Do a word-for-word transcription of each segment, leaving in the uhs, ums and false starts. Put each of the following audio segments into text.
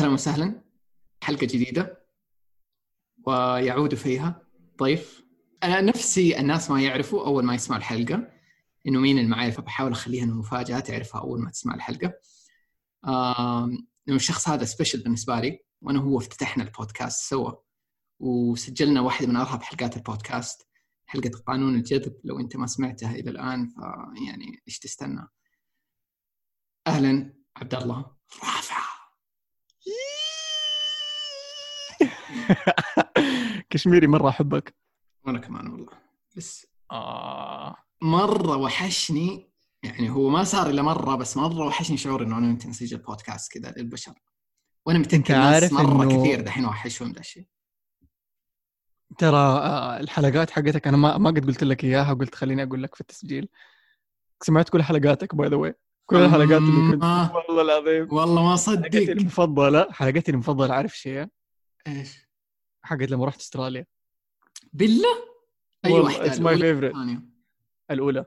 أهلا وسهلا، حلقة جديدة ويعود فيها ضيف. أنا نفسي الناس ما يعرفوا أول ما يسمع الحلقة إنه مين المعايا، فبحاول أخليها إنه مفاجأة تعرفها أول ما تسمع الحلقة. إنه الشخص هذا سبيشل بالنسبة لي، وأنا هو افتتحنا البودكاست سوا وسجلنا واحدة من أرهب حلقات البودكاست، حلقة قانون الجذب. لو أنت ما سمعتها إلى الآن فيعني إيش تستنى؟ أهلا عبد الله رافع. كشميري مرة أحبك. وأنا كمان والله، بس آه. مرة وحشني، يعني هو ما صار إلا مرة، بس مرة وحشني شعور إنه أنا وأنت نسجل بودكاست كذا للبشر، وأنا متأكد ناس مرة إنه... كثير دحين وحشهم ذا الشيء. ترى آه الحلقات حقتك أنا ما ما قد قلت لك إياها، وقلت خليني أقول لك في التسجيل. سمعت كل حلقاتك باي ذا واي، كل الحلقات اللي كنت أما والله العظيم والله ما حلقتي صدق. المفضلة حلقتي المفضلة عارف شيء؟ إيش؟ حقت لما رحت أستراليا. بالله؟ أي والله واحدة، it's my الأولى favorite. الثانية؟ الأولى.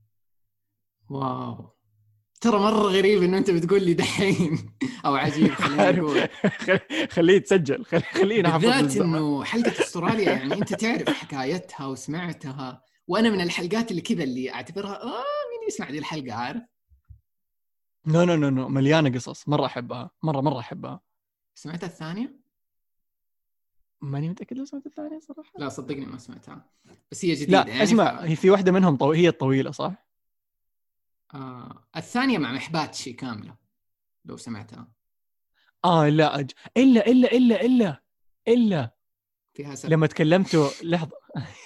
واو، ترى مرة غريب إنه أنت بتقول لي دحين أو عجيب، خليني أقول خليه يتسجل، خليه نحفظ بالذات للزمن. إنه حلقة أستراليا يعني أنت تعرف حكايتها وسمعتها، وأنا من الحلقات اللي كذا اللي أعتبرها آه مين يسمع دي الحلقة، عارف؟ نو نو نو نو مليانة قصص، مرة أحبها، مرة مرة أحبها. سمعتها الثانية؟ ماني متأكد لو سمعت الثانية صراحة. لا صدقني ما سمعتها، بس هي جديدة لا يعني. ف... اسمع، هي في واحدة منهم طو... هي الطويلة صح؟ آه الثانية مع محباتشي كاملة لو سمعتها. آه لا أج... إلا إلا إلا إلا إلا فيها سب. لما تكلمتوا لحظة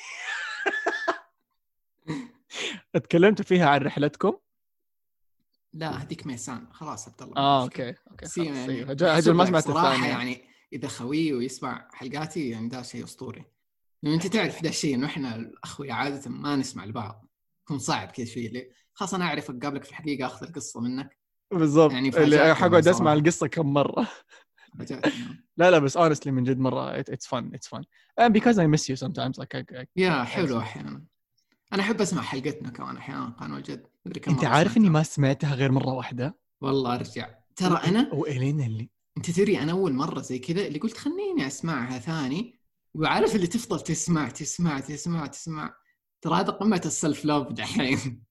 تكلمتوا فيها عن رحلتكم. لا هذيك ميسان، خلاص عبد الله آه مشكلة. أوكي أوكي سي خلاص يعني أيوه، هجل هجل محسوب ما لك سمعت صراحة، الثانية. يعني إذا خوي ويسمع حلقاتي يعني ده شيء أسطوري. يعني أنت تعرف ده الشيء إنه إحنا الأخوة عادة ما نسمع لبعض، يكون صعب كذا شيء اللي خلاص أنا أعرفك قبلك في الحقيقة، أخذ القصة منك. بالضبط، يعني اللي فاجأتني حقعد أسمع صراحة، القصة كم مرة. فاجأتني. لا لا بس honestly من جد مرة it, it's fun it's fun and because I miss you sometimes like I, I, يا I حلو miss you. أحيانا. أنا أحب أسمع حلقتنا كمان أحيانا، قانون الجد مدري كم أنت مرة عارف إني سمعتها. ما سمعتها غير مرة واحدة. والله أرجع ترى و... أنا. وإلين اللي أنت تدري أنا أول مرة زي كذا اللي قلت خليني أسمعها ثاني، وعارف اللي تفضل تسمع تسمع تسمع تسمع. ترى هذا قمة السلف لوف دحين.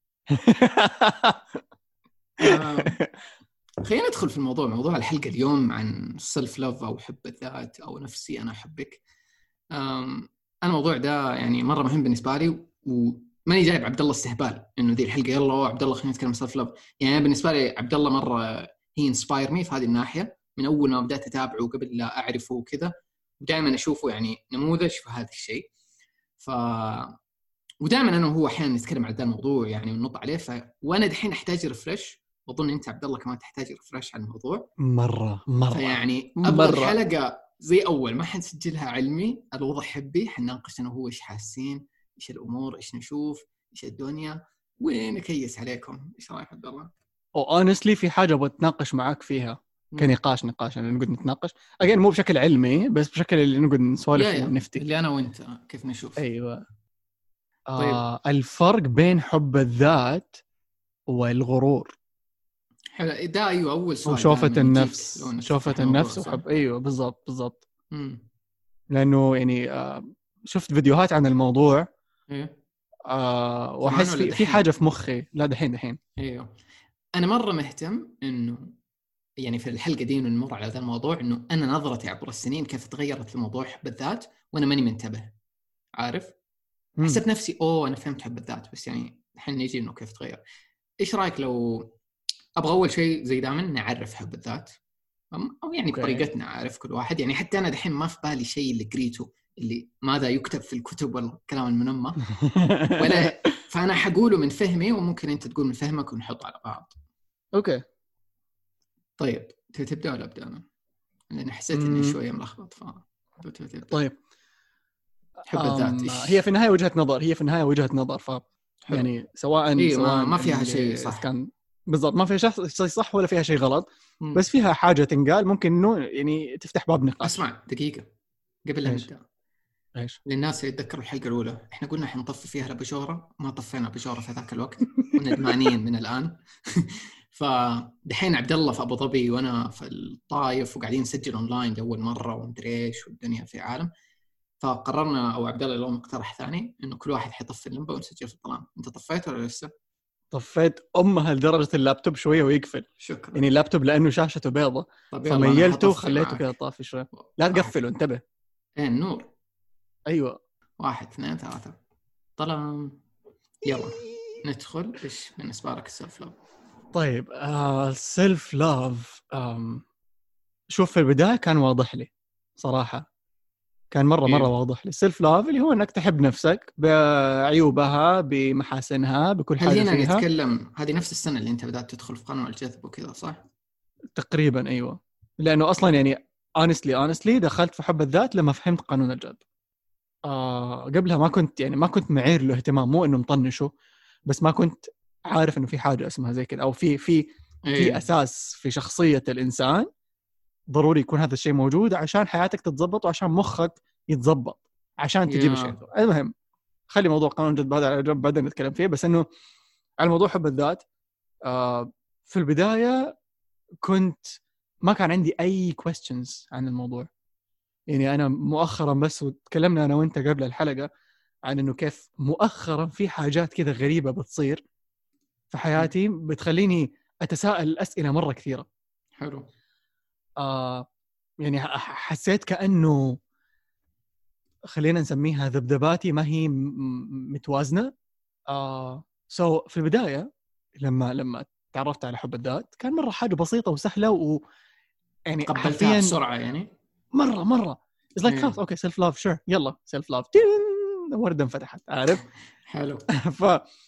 آه. خلينا ندخل في الموضوع. موضوع الحلقة اليوم عن السلف لوف أو حب الذات أو نفسي أنا أحبك. أنا الموضوع ده يعني مرة مهم بالنسبة لي، وماني جايب عبد الله استهبال إنه ذي الحلقة يلا عبد الله خلينا نتكلم سلف لوف. يعني بالنسبة لي عبد الله مرة هي انسباير مي في هذه الناحية، من أول ما بدأت أتابعه قبل لا أعرفه وكذا، ودائما أشوفه يعني نموذج في هذا الشيء. ف ودائما أنا وهو أحيانا نتكلم عن هذا الموضوع يعني وننط عليه. ف... وأنا دحين أحتاج ريفرش، وأظن أنت عبد الله كمان تحتاج ريفرش على الموضوع مرة مرة. فيعني مرة. أبغى الحلقة زي أول ما حنسجلها علمي، الوضع حبي، حنناقش أنا وهو إيش حاسين، إيش الأمور، إيش نشوف، إيش الدنيا، ونكيس عليكم. إيش رأيك عبد الله؟ أو honestly في حاجة بتناقش معاك فيها كنقاش نقاش يعني نقعد نتناقش again مو بشكل علمي بس بشكل اللي نقعد نسولف يا يا ونفتي اللي أنا وأنت كيف نشوف. أيوة. طيب آه الفرق بين حب الذات والغرور حلو ده. أيوة أول سؤال وشوفة دائما يجيك لو النفس، إنك شوفة تفتح الموضوع، النفس صح؟ وحب أيوة بالضبط بالضبط. مم. لأنه يعني آه شفت فيديوهات عن الموضوع. إيه آه زمان وأحس ولا في في دحين؟ حاجة في مخي لا دحين دحين. أيوة أنا مرة مهتم إنه يعني في الحلقة دي نمر على هذا الموضوع، إنه أنا نظرتي عبر السنين كيف تغيرت لموضوع حب الذات وأنا ماني منتبه، عارف؟ حسيت نفسي أوه أنا فهمت حب الذات، بس يعني الحين نيجي إنه كيف تغير. إيش رأيك لو أبغى أول شيء زي دائما نعرف حب الذات، أو يعني أوكي. بطريقتنا، عارف كل واحد يعني. حتى أنا دحين ما في بالي شيء اللي قريته اللي ماذا يكتب في الكتب والكلام المنمى ولا، فأنا حقوله من فهمي وممكن أنت تقول من فهمك ونحط على بعض. أوكي طيب تبدأ ولا أبدأ أنا؟ لأن حسيت إني مم. شوية ملخبط. ف طيب حب الذات إيش؟ هي في النهاية وجهة نظر، هي في النهاية وجهة نظر. ف حلو. يعني سواء إيه سواء ما, ما فيها اللي شيء صح. كان بالضبط ما فيها شيء صح ولا فيها شيء غلط. مم. بس فيها حاجة تنقال ممكن إنه يعني تفتح باب نقاش. أسمع دقيقة قبل لا نبدأ، إيش للناس يتذكروا الحلقة الأولى إحنا قلنا حنطفي فيها لبجورة، ما طفينا بجورة في ذاك الوقت وندمانين من الآن. فدحين عبد الله في ابو ظبي وانا في الطايف وقاعدين نسجل اونلاين لاول مره ومدري ايش والدنيا في عالم. فقررنا او عبد الله لو مقترح ثاني انه كل واحد حيطفي اللمبه ونسجل في الظلام. انت طفيت ولا لسه؟ طفيت امها لدرجه اللابتوب شويه ويقفل. شكرا. يعني اللابتوب لانه شاشته بيضة طب يلا أنا فميلته حطفي وخليته معك. كذا طافي شويه. لا واحد. تقفله انتبه. ايه النور. ايوه واحد اثنين ثلاثة طلام. يلا ندخل. ايش بالنسبة لك السيلف لوف؟ طيب السيلف لاف شوف في البدايه كان واضح لي صراحه. كان مره مره إيه. واضح لي السيلف لاف اللي هو انك تحب نفسك بعيوبها بمحاسنها بكل هل حاجه هنا فيها. نتكلم هذه نفس السنة اللي انت بدأت تدخل في قانون الجذب وكذا صح؟ تقريبا ايوه. لانه اصلا يعني honestly honestly دخلت في حب الذات لما فهمت قانون الجذب. آه قبلها ما كنت يعني ما كنت معير له اهتمام، مو انه مطنشه، بس ما كنت عارف انه في حاجه اسمها زي كذا او في في إيه. في اساس في شخصيه الانسان ضروري يكون هذا الشيء موجود عشان حياتك تتضبط وعشان مخك يتضبط عشان تجيب الشيء. يا المهم خلي موضوع قانون الجذب هذا على جنب بعدين نتكلم فيه. بس انه على موضوع حب الذات آه في البدايه كنت ما كان عندي اي questions عن الموضوع. يعني انا مؤخرا بس وتكلمنا انا وانت قبل الحلقه عن انه كيف مؤخرا في حاجات كذا غريبه بتصير في حياتي بتخليني اتساءل اسئله مره كثيره. حلو. آه يعني ح- حسيت كانه خلينا نسميها ذبذباتي ما هي م- م- متوازنه. آه سو so في البدايه لما لما تعرفت على حب الذات كان مره حاجه بسيطه وسهله و يعني قبلتها حرفيا بسرعة يعني. مره مره it's like إيه. خلاص اوكي سيلف لاف sure يلا سيلف لاف ورده انفتحت عارف. حلو. ف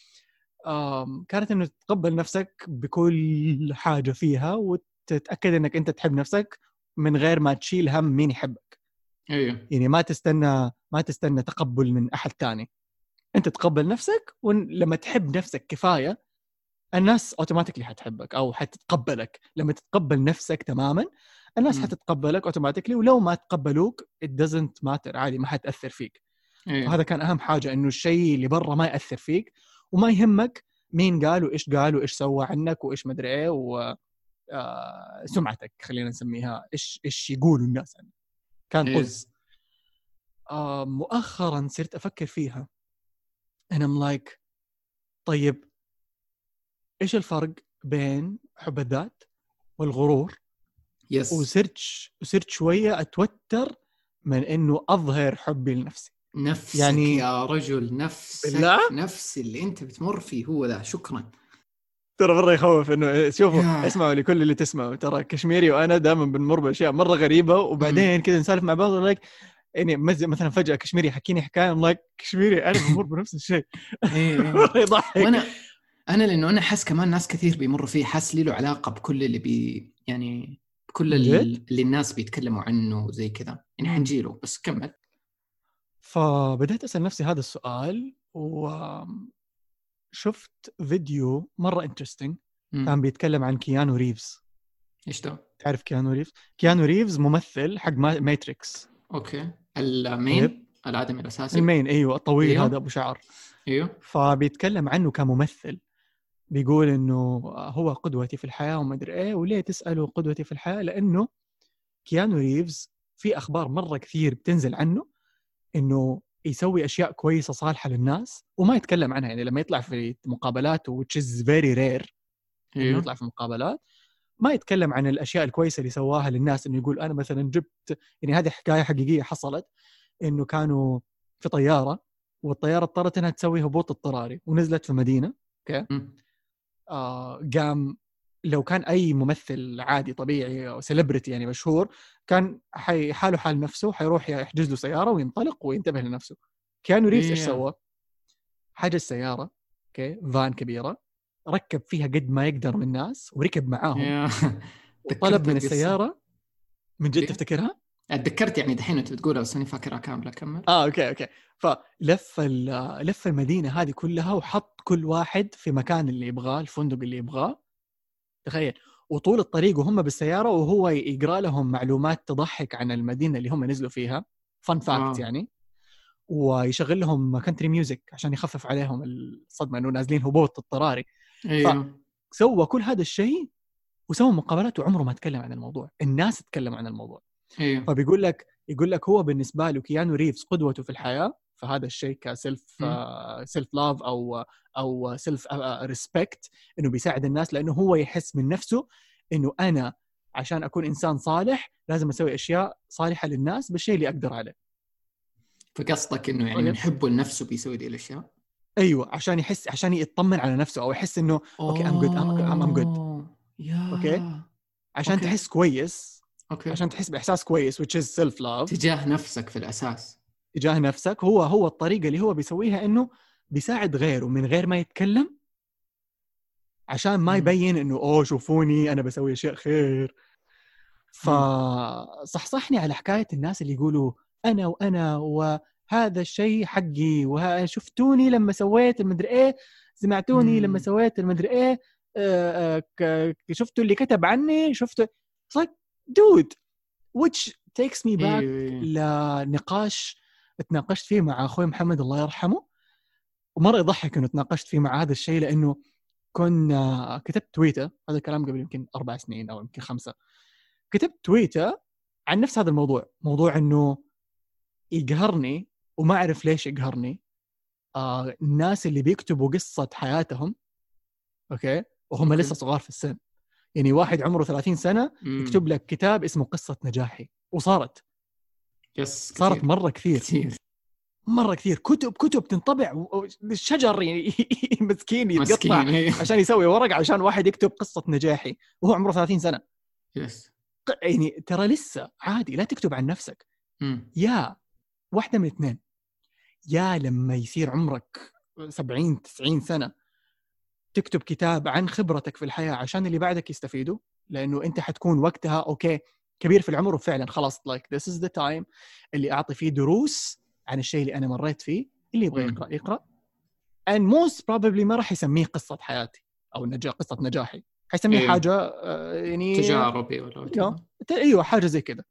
آم، كانت انه تتقبل نفسك بكل حاجه فيها وتتاكد انك انت تحب نفسك من غير ما تشيل هم مين يحبك. ايوه. يعني ما تستنى ما تستنى تقبل من احد تاني. انت تقبل نفسك ولما تحب نفسك كفايه الناس اوتوماتيكلي حتحبك او حتتقبلك. لما تتقبل نفسك تماما الناس مم. حتتقبلك اوتوماتيكلي ولو ما تقبلوك it doesn't matter عادي ما حتأثر فيك. ايوه. فهذا كان أهم حاجة إنه الشيء اللي برا ما يأثر فيك وما يهمك مين قال وإيش قال وإيش سوى عنك وإيش مدري إيه وسمعتك خلينا نسميها إيش إيش يقولوا الناس عنك. كان إيه. طز. آه مؤخرا صرت أفكر فيها أنا ملايك طيب إيش الفرق بين حب الذات والغرور. يس. وصرت وصرت شوية أتوتر من إنه أظهر حبي لنفسي. نفسك يعني يا رجل نفسك بالله؟ نفس اللي انت بتمر فيه هو ذا. شكرا. ترى مرة يخوف إنه شوفوا ياه. اسمعوا لكل اللي تسمعوا ترى كشميري وأنا دائما بنمر بأشياء مرة غريبة وبعدين كذا نسالف مع بعض لايك يعني مثلا فجأة كشميري يحكيني حكاية لايك كشميري أنا بمر بنفس الشيء. ايه. مرة يضحك. وانا انا لانه انا حس كمان ناس كثير بيمروا فيه. حس لي له علاقه بكل اللي بي يعني كل من جد؟ اللي الناس بيتكلموا عنه زي كذا يعني. مم. حنجيله بس كمل. فبدأت أسأل نفسي هذا السؤال وشفت فيديو مرة انترستينج مم. كان بيتكلم عن كيانو ريفز. ايش ده؟ تعرف كيانو ريفز؟ كيانو ريفز ممثل حق ماتريكس. اوكي. المين الادمي الاساسي. المين ايوه الطويل أيوه. هذا ابو شعر. ايوه. فبيتكلم عنه كممثل بيقول انه هو قدوتي في الحياه وما ادري ايه. وليه تسالوا قدوتي في الحياه؟ لانه كيانو ريفز في اخبار مره كثير بتنزل عنه انه يسوي اشياء كويسه صالحه للناس وما يتكلم عنها. يعني لما يطلع في مقابلات which is very rare انه ايوه. يطلع في مقابلات ما يتكلم عن الاشياء الكويسه اللي سواها للناس. انه يقول انا مثلا جبت يعني هذه حكايه حقيقيه حصلت انه كانوا في طياره والطياره اضطرت انها تسوي هبوط اضطراري ونزلت في مدينه اوكي. مم. آه قام لو كان اي ممثل عادي طبيعي او سيلبرتي يعني مشهور كان حي حاله حال نفسه حيروح يحجز له سياره وينطلق وينتبه لنفسه. كيانو ريفز ايش إيه. سوى؟ حجز سياره اوكي فان كبيره ركب فيها قد ما يقدر من الناس وركب معاهم إيه. وطلب من القصة. السياره. من جد إيه. تفتكرها؟ اتذكرت يعني دحين انت بتقولها بس ماني فاكرها كامله. كمل. اه اوكي اوكي. فلف لف المدينه هذه كلها وحط كل واحد في مكان اللي يبغاه الفندق اللي يبغاه تخيل. وطول الطريق وهم بالسياره وهو يقرا لهم معلومات تضحك عن المدينه اللي هم نزلوا فيها فان فاكت يعني. ويشغل لهم كانتري ميوزك عشان يخفف عليهم الصدمه انه نازلين هبوط اضطراري. ايوه. سوى كل هذا الشيء وسوى مقابلات وعمره ما تكلم عن الموضوع. الناس تكلموا عن الموضوع. ايوه فبيقول لك يقول لك هو بالنسبه له كيانو ريفز قدوته في الحياه، فهذا الشيء كسيلف سيلف لاف او او سيلف ريسبكت، انه بيساعد الناس لانه هو يحس من نفسه انه انا عشان اكون انسان صالح لازم اسوي اشياء صالحه للناس بالشيء اللي اقدر عليه. فقصدك انه يعني من حبه لنفسه بيسوي دي الاشياء؟ ايوه، عشان يحس، عشان يطمن على نفسه او يحس انه اوكي ام جود ام ام جود. اوكي عشان أوكي. تحس كويس، أوكي. عشان تحس باحساس كويس which is self love تجاه نفسك في الاساس، تجاه نفسك. هو هو الطريقه اللي هو بيسويها انه بيساعد غيره من غير ما يتكلم، عشان ما يبين انه اوه شوفوني انا بسوي اشياء خير. فصحصحني على حكايه الناس اللي يقولوا انا وانا وهذا الشيء حقي وشفتوني لما سويت المدري ايه، سمعتوني لما سويت المدري ايه، آه آه شفتوا اللي كتب عني، شفتوا like dude which takes me back لنقاش اتناقشت فيه مع اخوي محمد الله يرحمه، ومره يضحك انه تناقشت فيه مع هذا الشيء، لانه كنا كتبت تويتر، هذا الكلام قبل يمكن اربع سنين او يمكن خمسه، كتبت تويتر عن نفس هذا الموضوع، موضوع انه يقهرني وما اعرف ليش يقهرني آه الناس اللي بيكتبوا قصه حياتهم اوكي وهم أوكي. لسه صغار في السن. يعني واحد عمره ثلاثين سنه مم. يكتب لك كتاب اسمه قصه نجاحي، وصارت يس صارت كتير. مره كثير كثير مره كثير كتب كتب تنطبع، الشجر يعني مسكين يتقطع عشان يسوي ورق عشان واحد يكتب قصه نجاحي وهو عمره ثلاثين سنه. يس يعني ترى لسه عادي لا تكتب عن نفسك. مم. يا واحده من اثنين، يا لما يصير عمرك سبعين تسعين سنه تكتب كتاب عن خبرتك في الحياه عشان اللي بعدك يستفيدوا، لانه انت حتكون وقتها اوكي كبير في العمر وفعلا خلاص like this is the time اللي اعطي فيه دروس عن الشيء اللي انا مريت فيه. اللي يبغى يقرا يقرا and most probably ما راح يسميه قصه حياتي او نجاح قصه نجاحي، حيسميه أيوه. حاجه آه يعني تجاربي ولا كذا. ايوه حاجه زي كده.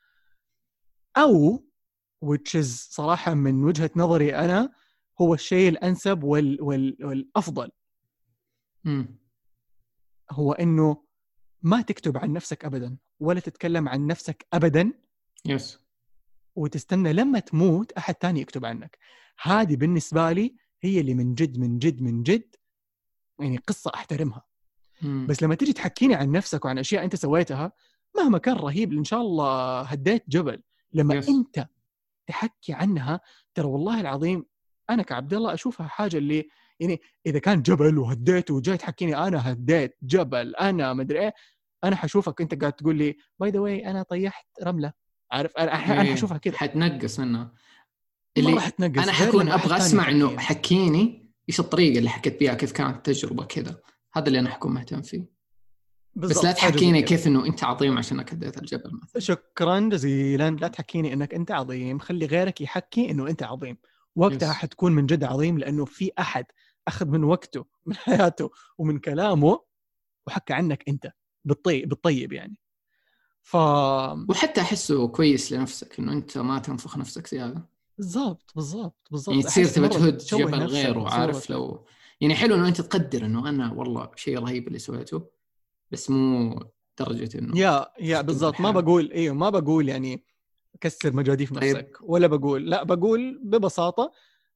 او which is صراحه من وجهه نظري انا هو الشيء الانسب وال وال والافضل امم هو انه ما تكتب عن نفسك ابدا ولا تتكلم عن نفسك ابدا. يس. وتستنى لما تموت احد تاني يكتب عنك. هذه بالنسبه لي هي اللي من جد من جد من جد يعني قصه احترمها. مم. بس لما تيجي تحكيني عن نفسك وعن اشياء انت سويتها مهما كان رهيب، ان شاء الله هديت جبل، لما يس. انت تحكي عنها ترى والله العظيم انا كعبد الله اشوفها حاجه اللي يعني اذا كان جبل وهديته وجاي تحكيني انا هديت جبل انا ما ادري ايه، انا حشوفك انت قاعد تقول لي باي ذا واي انا طيحت رمله، عارف انا انا حشوفها كذا حتنقص منها اللي انا حكون ابغى اسمع انه حكيني ايش الطريقه اللي حكيت بيها، كيف كانت التجربه كذا، هذا اللي انا حكون مهتم فيه. بس لا تحكيني كيف انه انت عظيم عشانك هديت الجبل مثلا. شكرا جزيلا. لا تحكيني انك انت عظيم، خلي غيرك يحكي انه انت عظيم، وقتها يس. حتكون من جد عظيم لانه في احد اخذ من وقته من حياته ومن كلامه وحكى عنك انت بالطيب بالطيب يعني. ف وحتى احسه كويس لنفسك انه انت ما تنفخ نفسك زياده. بالضبط بالضبط بالضبط يعني تصير تبى تهد جبل غيره، عارف لو يعني حلو انه انت تقدر انه انا والله شيء رهيب اللي سويته، بس مو درجه انه يا يا بالضبط. ما بقول ايوه ما بقول يعني كسر مجاديف نفسك طيب. ولا بقول لا، بقول ببساطه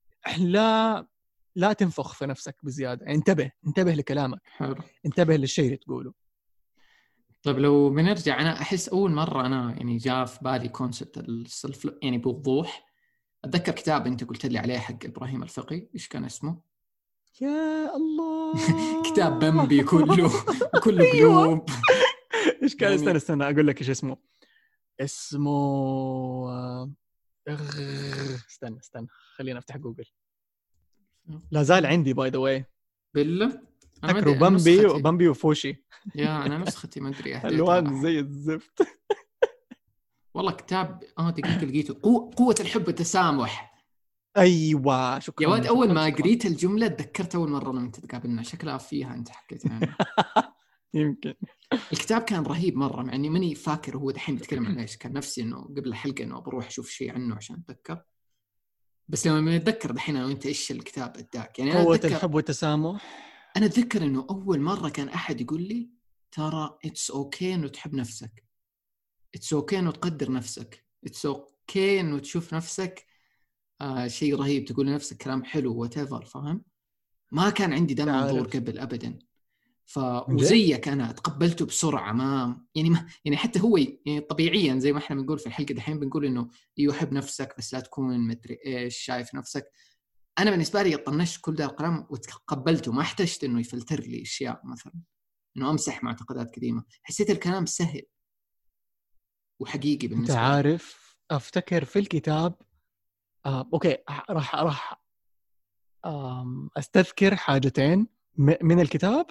لا لا تنفخ في نفسك بزياده. انتبه انتبه لكلامك، حلو. انتبه للشيء اللي تقوله. طيب لو بنرجع، انا احس اول مره انا يعني جاء في بالي كونسبت السلف يعني بوضوح، اتذكر كتاب انت قلت لي عليه حق ابراهيم الفقي، ايش كان اسمه؟ يا الله كتاب بمبي كله كله قلوب. ايش كان؟ استنى استنى اقول لك ايش اسمه. اسمه استنى استنى خلينا افتح جوجل. لا زال عندي باي ذا واي. بالله تذكروا بامبي وبامبي وفوشي. يا انا نسختي ما ادري اهديتها. الوان زي الزفت. والله كتاب اه دقيقه لقيته، قوه قوه الحب والتسامح. ايوه شكرا يا ولد. اول ما قريت الجمله تذكرت اول مره لما تقابلنا شكلها فيها انت حكيت عنها. يمكن الكتاب كان رهيب مره، مع اني ماني فاكر هو دحين بيتكلم عن ايش. كان نفسي انه قبل الحلقه انه بروح اشوف شيء عنه عشان اتذكر، بس لما اتذكر دحين انا وانت ايش الكتاب اداك يعني. قوه الحب والتسامح. انا اتذكر انه اول مره كان احد يقول لي ترى اتس اوكي انه تحب نفسك، اتس اوكي انه تقدر نفسك، اتس اوكي انه تشوف نفسك آه شيء رهيب، تقول لنفسك كلام حلو واتيفر. فاهم؟ ما كان عندي ده المنظور تعرف قبل ابدا. ف من جد وزيك انا تقبلته بسرعه، ما يعني ما يعني حتى هو يعني طبيعيا زي ما احنا بنقول في الحلقه دحين بنقول انه يحب نفسك بس لا تكون مدري ايش شايف نفسك. انا بالنسبه لي طنشت كل ده الكلام وتقبلته، ما احتجت انه يفلتر لي اشياء مثلا انه امسح معتقدات قديمه. حسيت الكلام سهل وحقيقي انت بالنسبه لي. عارف افتكر في الكتاب آه، اوكي راح راح آم، استذكر حاجتين م- من الكتاب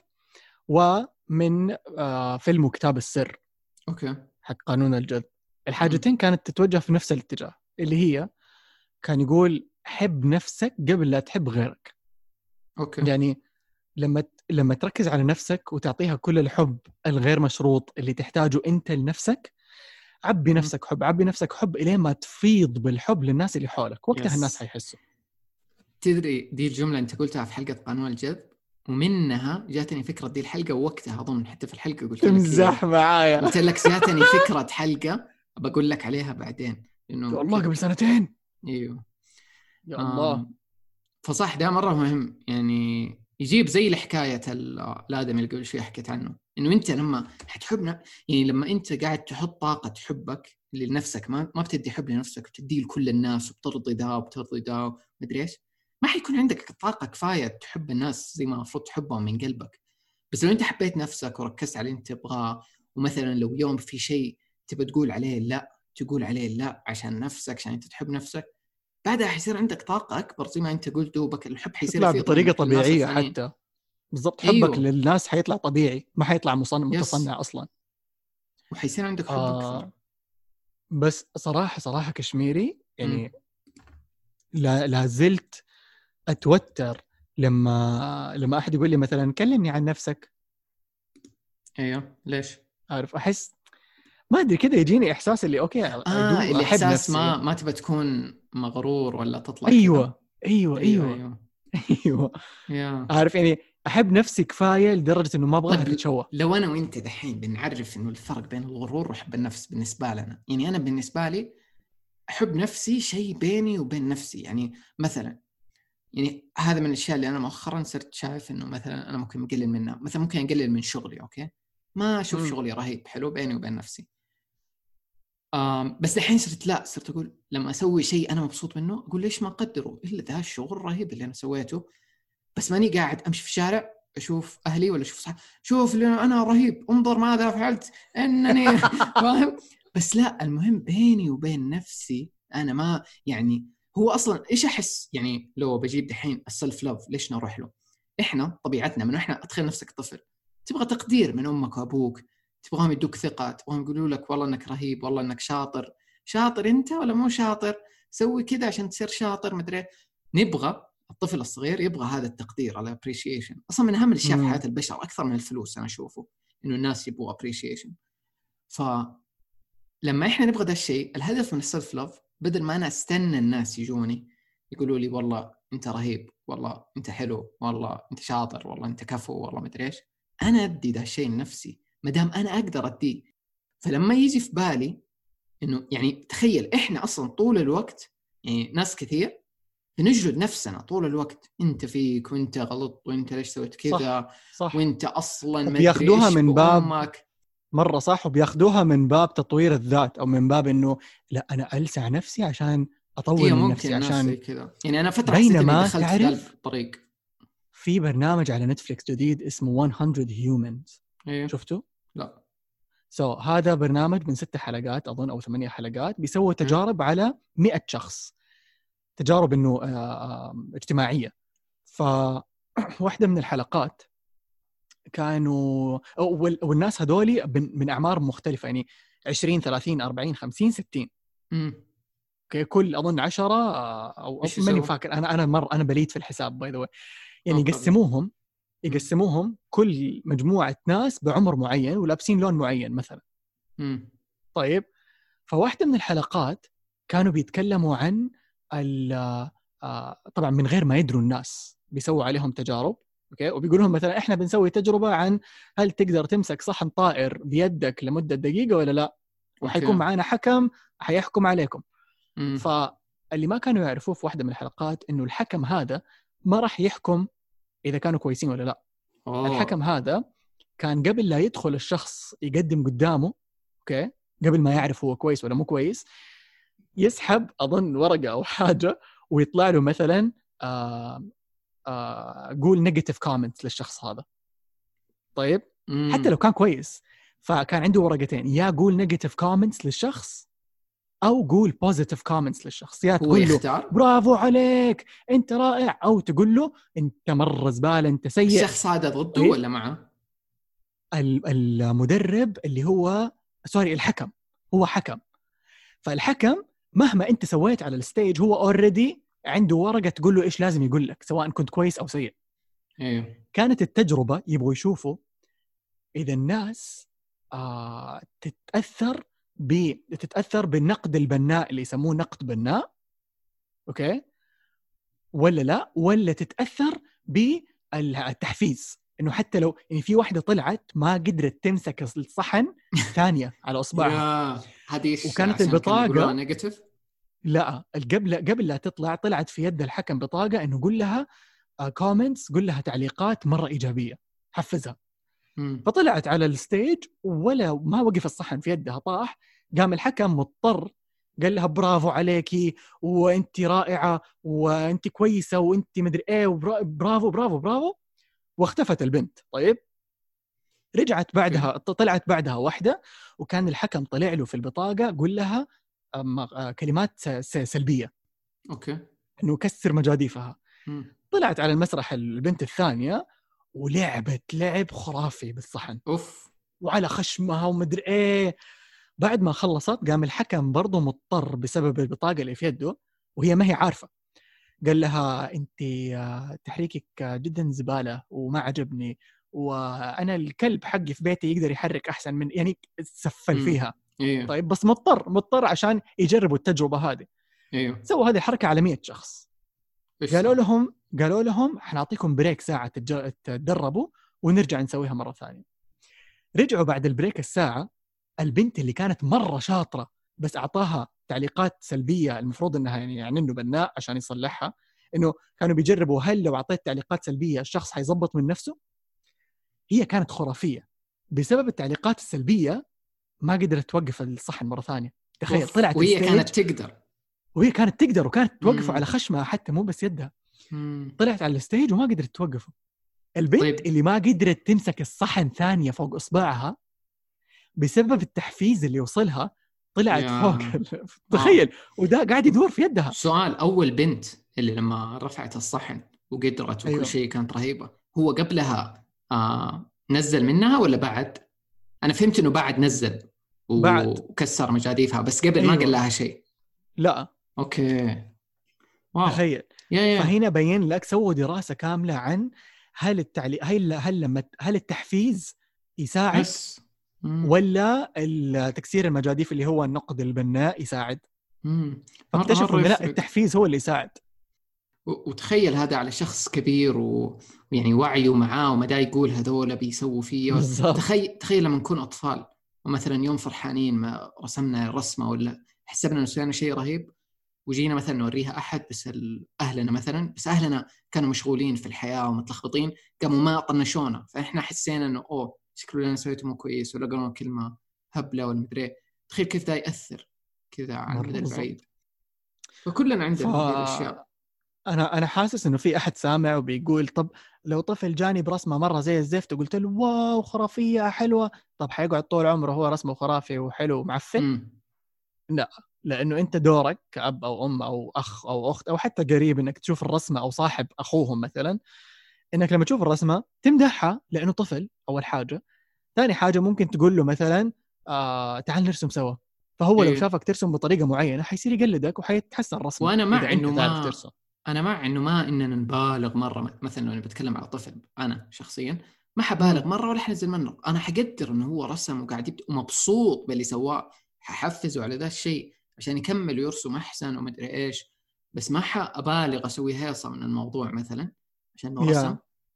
ومن آه، فيلم كتاب السر اوكي. حق قانون الجذب. امم. الحاجتين كانت تتوجه في نفس الاتجاه، اللي هي كان يقول حب نفسك قبل لا تحب غيرك. اوكي. يعني لما ت- لما تركز على نفسك وتعطيها كل الحب الغير مشروط اللي تحتاجه انت لنفسك، عبي امم. نفسك حب، عبي نفسك حب الين ما تفيض بالحب للناس اللي حولك، وقتها الناس يس. حيحسوا. تدري دي الجمله انت قلتها في حلقه قانون الجذب، ومنها جاتني فكره دي الحلقه، ووقتها اظن حتى في الحلقه قلت لك هي، تمزح معايا قلت لك جاتني فكره حلقه بقول لك عليها بعدين انه والله كذا قبل كذا. سنتين. ايوه. يا الله. آم فصح ده مره مهم، يعني يجيب زي الحكايه ال- الادمي اللي قبل شوي حكيت عنه، انه انت لما حتحبنا، يعني لما انت قاعد تحط طاقه حبك لنفسك، ما ما بتدي حب لنفسك وتديه لكل الناس وبترضي ده وبترضي ده ومدري ايش، ما حيكون عندك طاقه كفايه تحب الناس زي ما المفروض تحبهم من قلبك. بس لو انت حبيت نفسك وركزت على اللي انت تبغاه، ومثلا لو يوم في شيء تبى تقول عليه لا، تقول عليه لا عشان نفسك، عشان انت تحب نفسك، بعدها حيصير عندك طاقة أكبر زي ما أنت قلت، دوبك الحب حيصير تطلع يفيض بطريقة منك للناس طبيعية الثانيين. حتى. بالضبط، حبك أيوه. للناس حيطلع طبيعي، ما حيطلع مصنع يس. متصنع أصلا. وحيصير عندك حب أكثر. آه بس صراحة صراحة كشميري امم. يعني لا, لا زلت أتوتر لما لما أحد يقول لي مثلا كلمني عن نفسك. أيوه ليش؟ عارف أحس ما أدري كده يجيني إحساس اللي أوكي I آه do أحب الإحساس نفسي. ما ما تبى تكون مغرور ولا تطلع كذا. أيوة أيوة أيوه أيوة أيوه. أيوة. يا عارف يعني أحب نفسي كفاية لدرجة إنه ما أبغاها طيب، تتشوه. لو أنا وأنت دحين بنعرف إنه الفرق بين الغرور وحب النفس بالنسبة لنا، يعني أنا بالنسبة لي أحب نفسي شيء بيني وبين نفسي. يعني مثلا، يعني هذا من الاشياء اللي انا مؤخرا صرت شايف انه مثلا انا ممكن اقلل منها، مثلا ممكن اقلل من شغلي، اوكي، ما اشوف مم. شغلي رهيب حلو بيني وبين نفسي. آم بس الحين صرت لا، صرت اقول لما اسوي شيء انا مبسوط منه اقول ليش ما اقدره، الا ذا الشغل الرهيب اللي انا سويته. بس ماني قاعد امشي في الشارع اشوف اهلي ولا اشوف صحابي، شوف اللي انا رهيب، انظر ماذا فعلت انني فاهم. بس لا، المهم بيني وبين نفسي انا، ما يعني هو اصلا ايش احس، يعني لو بجيب دحين السلف لوف ليش نروح له؟ احنا طبيعتنا من احنا، اتخيل نفسك طفل تبغى تقدير من امك وابوك، تبغاهم يدوك ثقه، تبغاهم يقولوا لك والله انك رهيب، والله انك شاطر. شاطر انت ولا مو شاطر؟ سوي كذا عشان تصير شاطر مدري. نبغى الطفل الصغير يبغى هذا التقدير، على appreciation. اصلا من اهم الاشياء في حياه مم. البشر اكثر من الفلوس انا اشوفه، انه الناس يبغوا appreciation. فلما احنا نبغى ذا الشيء، الهدف من السلف لوف، بدل ما انا استنى الناس يجوني يقولوا لي والله انت رهيب، والله انت حلو، والله انت شاطر، والله انت كفو، والله مدري ايش، انا ادي ذا الشيء لنفسي ما دام انا اقدر اديه. فلما يجي في بالي انه، يعني تخيل احنا اصلا طول الوقت، يعني ناس كثير بنجلد نفسنا طول الوقت، انت فيك وانت غلط وانت ليش سويت صح كذا صح. وانت اصلا ما ادري وبياخدوها ايش من باب بامك. مرة صح، وبياخدوها من باب تطوير الذات، أو من باب إنه لا أنا ألسع نفسي عشان أطور ايوه من ممكن نفسي الناس زي عشان. كذا، يعني انا فتره حسيت اني بينما دخلت في ذا تعرف الطريق. في برنامج على نتفليكس جديد اسمه مية Humans، ايه. شفته؟ لا. سو so, هذا برنامج من ست حلقات أظن أو ثمانية حلقات، بيسووا ايه. تجارب على مئة شخص، تجارب إنه آه، آه، اجتماعية. فواحدة من الحلقات كانوا وال- والناس هذولي من من أعمار مختلفة، يعني عشرين ثلاثين أربعين خمسين ستين. امم. اوكي، كل اظن عشرة آه، او أو ايش ماني يسوي؟ فاكر، انا انا مره انا بليد في الحساب باي ذا. يعني اوكي اوكي. يقسموهم امم. يقسموهم كل مجموعه ناس بعمر معين ولابسين لون معين مثلا. امم. طيب، فواحده من الحلقات كانوا بيتكلموا عن ال- آه، طبعا من غير ما يدروا الناس بيسووا عليهم تجارب. اوكي، وبيقول لهم مثلا احنا بنسوي تجربه عن هل تقدر تمسك صحن طائر بيدك لمده دقيقه ولا لا، وحيكون أوكي. معانا حكم حيحكم عليكم. مم. فاللي ما كانوا يعرفوه في واحده من الحلقات انه الحكم هذا ما راح يحكم اذا كانوا كويسين ولا لا. أوه. الحكم هذا كان قبل لا يدخل الشخص يقدم قدامه، اوكي، قبل ما يعرف هو كويس ولا مو كويس، يسحب اظن ورقه او حاجه ويطلع له مثلا آه آه قول نيجاتيف كومنت للشخص هذا. طيب مم. حتى لو كان كويس، فكان عنده ورقتين، يا قول نيجاتيف كومنتس للشخص او قول بوزيتيف كومنتس للشخص. يا هو تقول له يختار. برافو عليك انت رائع، او تقول له انت مره زباله انت سيء. الشخص هذا ضده طيب ولا معه؟ ال- المدرب اللي هو سوري الحكم، هو حكم. فالحكم مهما انت سويت على الستيج هو اوريدي عنده ورقه تقول له ايش لازم يقول لك سواء كنت كويس او سيء. ايوه. كانت التجربه يبغوا يشوفوا اذا الناس آه تتاثر ب تتاثر بالنقد البناء اللي يسموه نقد بناء، اوكي، ولا لا، ولا تتاثر بالتحفيز. انه حتى لو يعني في واحده طلعت ما قدرت تمسك الصحن ثانيه على اصبعها، يا هذه إيش وكانت عشان كانوا يقولوها البطاقه نيجاتيف؟ لا قبل قبل لا تطلع طلعت في يد الحكم بطاقه انه قول لها كومنتس، قول لها تعليقات مره ايجابيه، حفزها. مم. فطلعت على الستيج ولا ما وقف الصحن في يدها طاح، قام الحكم مضطر قال لها برافو عليكي وانت رائعه وانت كويسه وانت مدري ايه وبرافو برافو برافو، واختفت البنت. طيب رجعت بعدها، طلعت بعدها واحده وكان الحكم طلع له في البطاقه قول لها كلمات سلبيه، اوكي. انه كسر مجاديفها. مم. طلعت على المسرح البنت الثانيه ولعبت لعب خرافي بالصحن اوف. وعلى خشمها ومدري ايه. بعد ما خلصت قام الحكم برضه مضطر بسبب البطاقه اللي في يده وهي ما هي عارفه، قال لها انت تحريكك جدا زباله وما عجبني، وانا الكلب حقي في بيتي يقدر يحرك احسن من، يعني سفل مم. فيها. ايوه. طيب بس مضطر مضطر عشان يجربوا التجربه هذه. ايوه. سووا هذه الحركه على مية شخص. ايش قالوا صار؟ لهم قالوا لهم حنعطيكم بريك ساعه تتج- تتدربوا ونرجع نسويها مره ثانيه. رجعوا بعد البريك الساعه، البنت اللي كانت مره شاطره بس اعطاها تعليقات سلبيه المفروض انها يعني يعني انه بناء عشان يصلحها، انه كانوا بيجربوا هل لو اعطيت تعليقات سلبيه الشخص حيظبط من نفسه. هي كانت خرافيه، بسبب التعليقات السلبيه ما قدرت توقف الصحن مره ثانيه. تخيل اوف، طلعت وهي الستيج كانت تقدر. وهي كانت تقدر وكانت توقفه على مم. خشمها حتى مو بس يدها. مم. طلعت على الستيج وما قدرت توقفه. البنت طيب. اللي ما قدرت تمسك الصحن ثانيه فوق اصبعها بسبب التحفيز اللي وصلها طلعت فوق يا ال... اه تخيل، وده قاعد يدور في يدها. سؤال، اول بنت اللي لما رفعت الصحن وقدرت وكل ايوه شيء كانت رهيبة، هو قبلها آه نزل منها ولا بعد؟ انا فهمت انه بعد نزل بعد، وكسر مجاديفها، بس قبل ما قال ايوه لها شيء. لا اوكي. واو. تخيل. يا يا فهنا بين لك سووا دراسه كامله عن هل التعليق هل هل لما هل التحفيز يساعد بس. مم. ولا التكسير المجاديف اللي هو النقد البناء يساعد. مم. مرة فاكتشفوا مرة ان لا يفرق. التحفيز هو اللي يساعد. و- وتخيل هذا على شخص كبير و- ويعني وعيه معاه وما دا يقول هذول بيسووا فيه. بالضبط. تخيل تخيل لما نكون أطفال ومثلا يوم فرحانين ما رسمنا رسمة ولا حسبنا إنه سوينا شيء رهيب، وجينا مثلا نوريها أحد بس أهلنا مثلا، بس أهلنا كانوا مشغولين في الحياة ومتلخبطين، قاموا ما طنشونا، فإحنا حسينا إنه أوه شكله اللي أنا سويته مو كويس، ولا قالوا كلمة هبلة ولا مدري. تخيل كيف ده يأثر كذا على مره المدى البعيد. بالضبط. فكلنا ف عندنا هذه الأشياء. انا انا حاسس انه في احد سامع وبيقول طب لو طفل جاني برسمه مره زي الزفت وقلت له واو خرافيه حلوه، طب حيقعد طول عمره هو رسمه خرافي وحلو ومعفن؟ مم. لا، لانه انت دورك كأب او ام او اخ او اخت او حتى قريب انك تشوف الرسمه او صاحب اخوهم مثلا، انك لما تشوف الرسمه تمدحها لانه طفل اول حاجه. ثاني حاجه ممكن تقول له مثلا آه تعال نرسم سوا، فهو لو ايه. شافك ترسم بطريقه معينه حيصير يقلدك وحيتحسن رسمه وانا اذا مع انت انه تعرف ما ترسم. انا مع انه ما اننا نبالغ مره، مثلا لو انا بتكلم على طفل انا شخصيا ما امم حبالغ مره ولا حنزل منه، انا حقدر انه هو رسم وقاعد يبدأ ومبسوط باللي سواه، ححفزه على ذا الشيء عشان يكمل ويرسم احسن وما ادري ايش، بس ما حابالغ اسوي هيصه من الموضوع مثلا عشان انه رسم. يا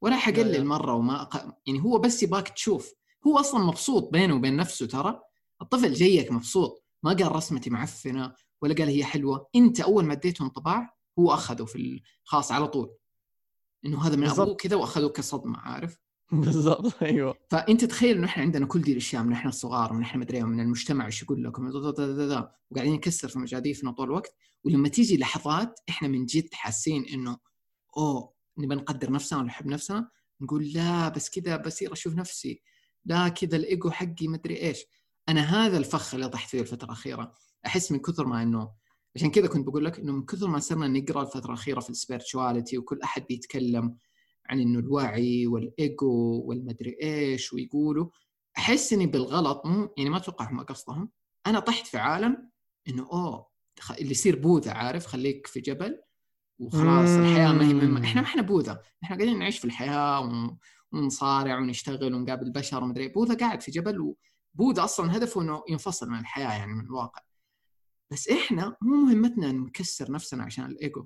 ولا يا حقلل يا مره وما أق... يعني هو بس يباك تشوف. هو اصلا مبسوط بينه وبين نفسه، ترى الطفل جايك مبسوط، ما قال رسمتي معفنه ولا قال هي حلوه. انت اول ما اديته انطباع هو اخذه في الخاص على طول، انه هذا من ابوه بالضبط. كذا، واخذه كصدمه، عارف. بالضبط ايوه فانت تخيل انه احنا عندنا كل دي الاشياء من احنا الصغار، من احنا مدري من المجتمع ايش يقول لكم، وقاعدين نكسر في مجاديفنا طول الوقت. ولما تيجي لحظات احنا من جد حاسين انه اوه نبي نقدر نفسنا ونحب نفسنا، نقول لا بس كذا بصير اشوف نفسي، لا كذا الايجو حقي مدري ايش. انا هذا الفخ اللي طحت فيه الفتره الاخيره، احس من كثر ما انه، عشان كذا كنت بقول لك انه من كثر ما صرنا نقرا الفتره الاخيره في السبيرتشواليتي، وكل احد بيتكلم عن انه الوعي والايجو والمدري ايش ويقولوا، احس اني بالغلط، مو يعني ما اتوقع هم قصدهم، انا طحت في عالم انه اوه اللي يصير بوذا، عارف، خليك في جبل وخلاص الحياه ما هي مهمه. احنا ما احنا بوذا، احنا قاعدين نعيش في الحياه ونصارع ونشتغل ونقابل بشر ومدري. بوذا قاعد في جبل، وبوذا اصلا هدفه انه ينفصل من الحياه، يعني من الواقع. بس احنا مو مهمتنا نكسر نفسنا عشان الايجو.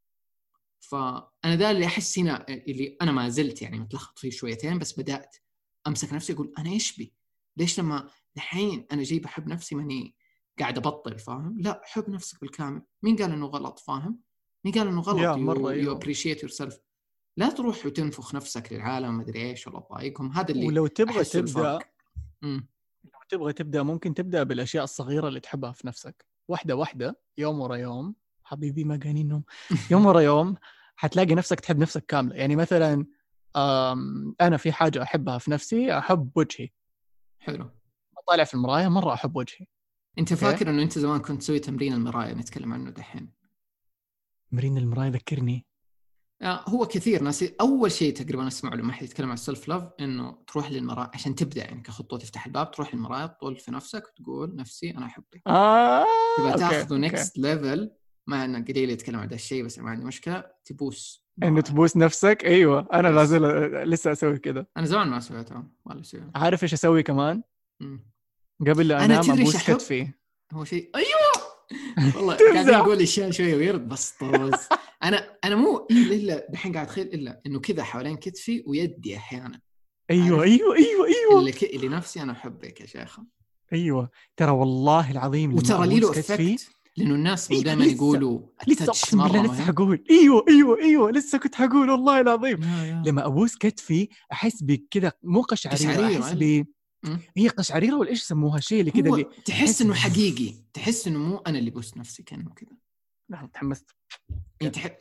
فانا ده اللي احس هنا، اللي انا ما زلت يعني متلخبط فيه شويتين، بس بدات امسك نفسي اقول انا ايش بي، ليش لما الحين انا جاي بحب نفسي ماني قاعد ابطل، فاهم؟ لا، حب نفسك بالكامل. مين قال انه غلط؟ فاهم؟ مين قال انه غلط؟ يا مره يو يو ايوه. ابريشيت يور سيلف. لا تروح وتنفخ نفسك للعالم ما ادري ايش ولا تضايقهم. هذا اللي ولو تبغى احسه الفرق. تبدا امم لو تبغى تبدا ممكن تبدا بالاشياء الصغيره اللي تحبها في نفسك، واحده واحده، يوم ورا يوم. حبيبي ما قاني النوم. يوم ورا يوم حتلاقي نفسك تحب نفسك كامله. يعني مثلا أم، انا في حاجه احبها في نفسي، احب وجهي. حلو. اطالع في المرايه مره احب وجهي. انت اوكي. فاكر انه انت زمان كنت تسوي تمرين المرايه نتكلم عنه دحين؟ تمرين المرايه ذكرني. آه، هو كثير ناس اول شيء تقريبا اسمعه لما احد يتكلم عن السلف لاف انه تروح للمرايه عشان تبدا، يعني كخطوه تفتح الباب، تروح للمرايه تطول في نفسك وتقول نفسي انا احبك. اه تبغى اوكي تاخذه اوكي. نكست ليفل، مع انه قليل يتكلم عن هذا الشيء بس ما عندي مشكله، تبوس انه مرايه. تبوس نفسك، ايوه انا يس. لازم لسه اسوي كده. انا زمان ما سويتها ولا اسويها. عارف ايش اسوي كمان؟ مم. قبل لا انا انام تدري ايش ابوس احب؟ كتفي. هو شيء ايوه والله قاعدين تمزح. نقول اشياء شويه ويرد بس طوز. انا انا مو الا الا دحين قاعد اتخيل الا انه كذا حوالين كتفي ويدي احيانا، ايوه عارف، ايوه ايوه ايوه اللي ك... اللي نفسي انا احبك يا شيخه. ايوه. ترى والله العظيم لما وترى لي له ابوس كتفي. افكت، لانه الناس مو ايوه دائما لسه يقولوا لسه التاتش اقسم بالله مره لسه مهم. حقول ايوه ايوه ايوه لسه كنت حقول والله العظيم. يا يا لما ابوس كتفي احس بكذا، مو قشعريره، قشعريره احس أيوة. ب أمم. هي قشعريره ولا ايش يسموها، الشيء اللي كذا هو اللي تحس تحس انه ب... حقيقي، تحس انه مو انا اللي بوست نفسي كانه كذا. لا تحمست. يعني تح...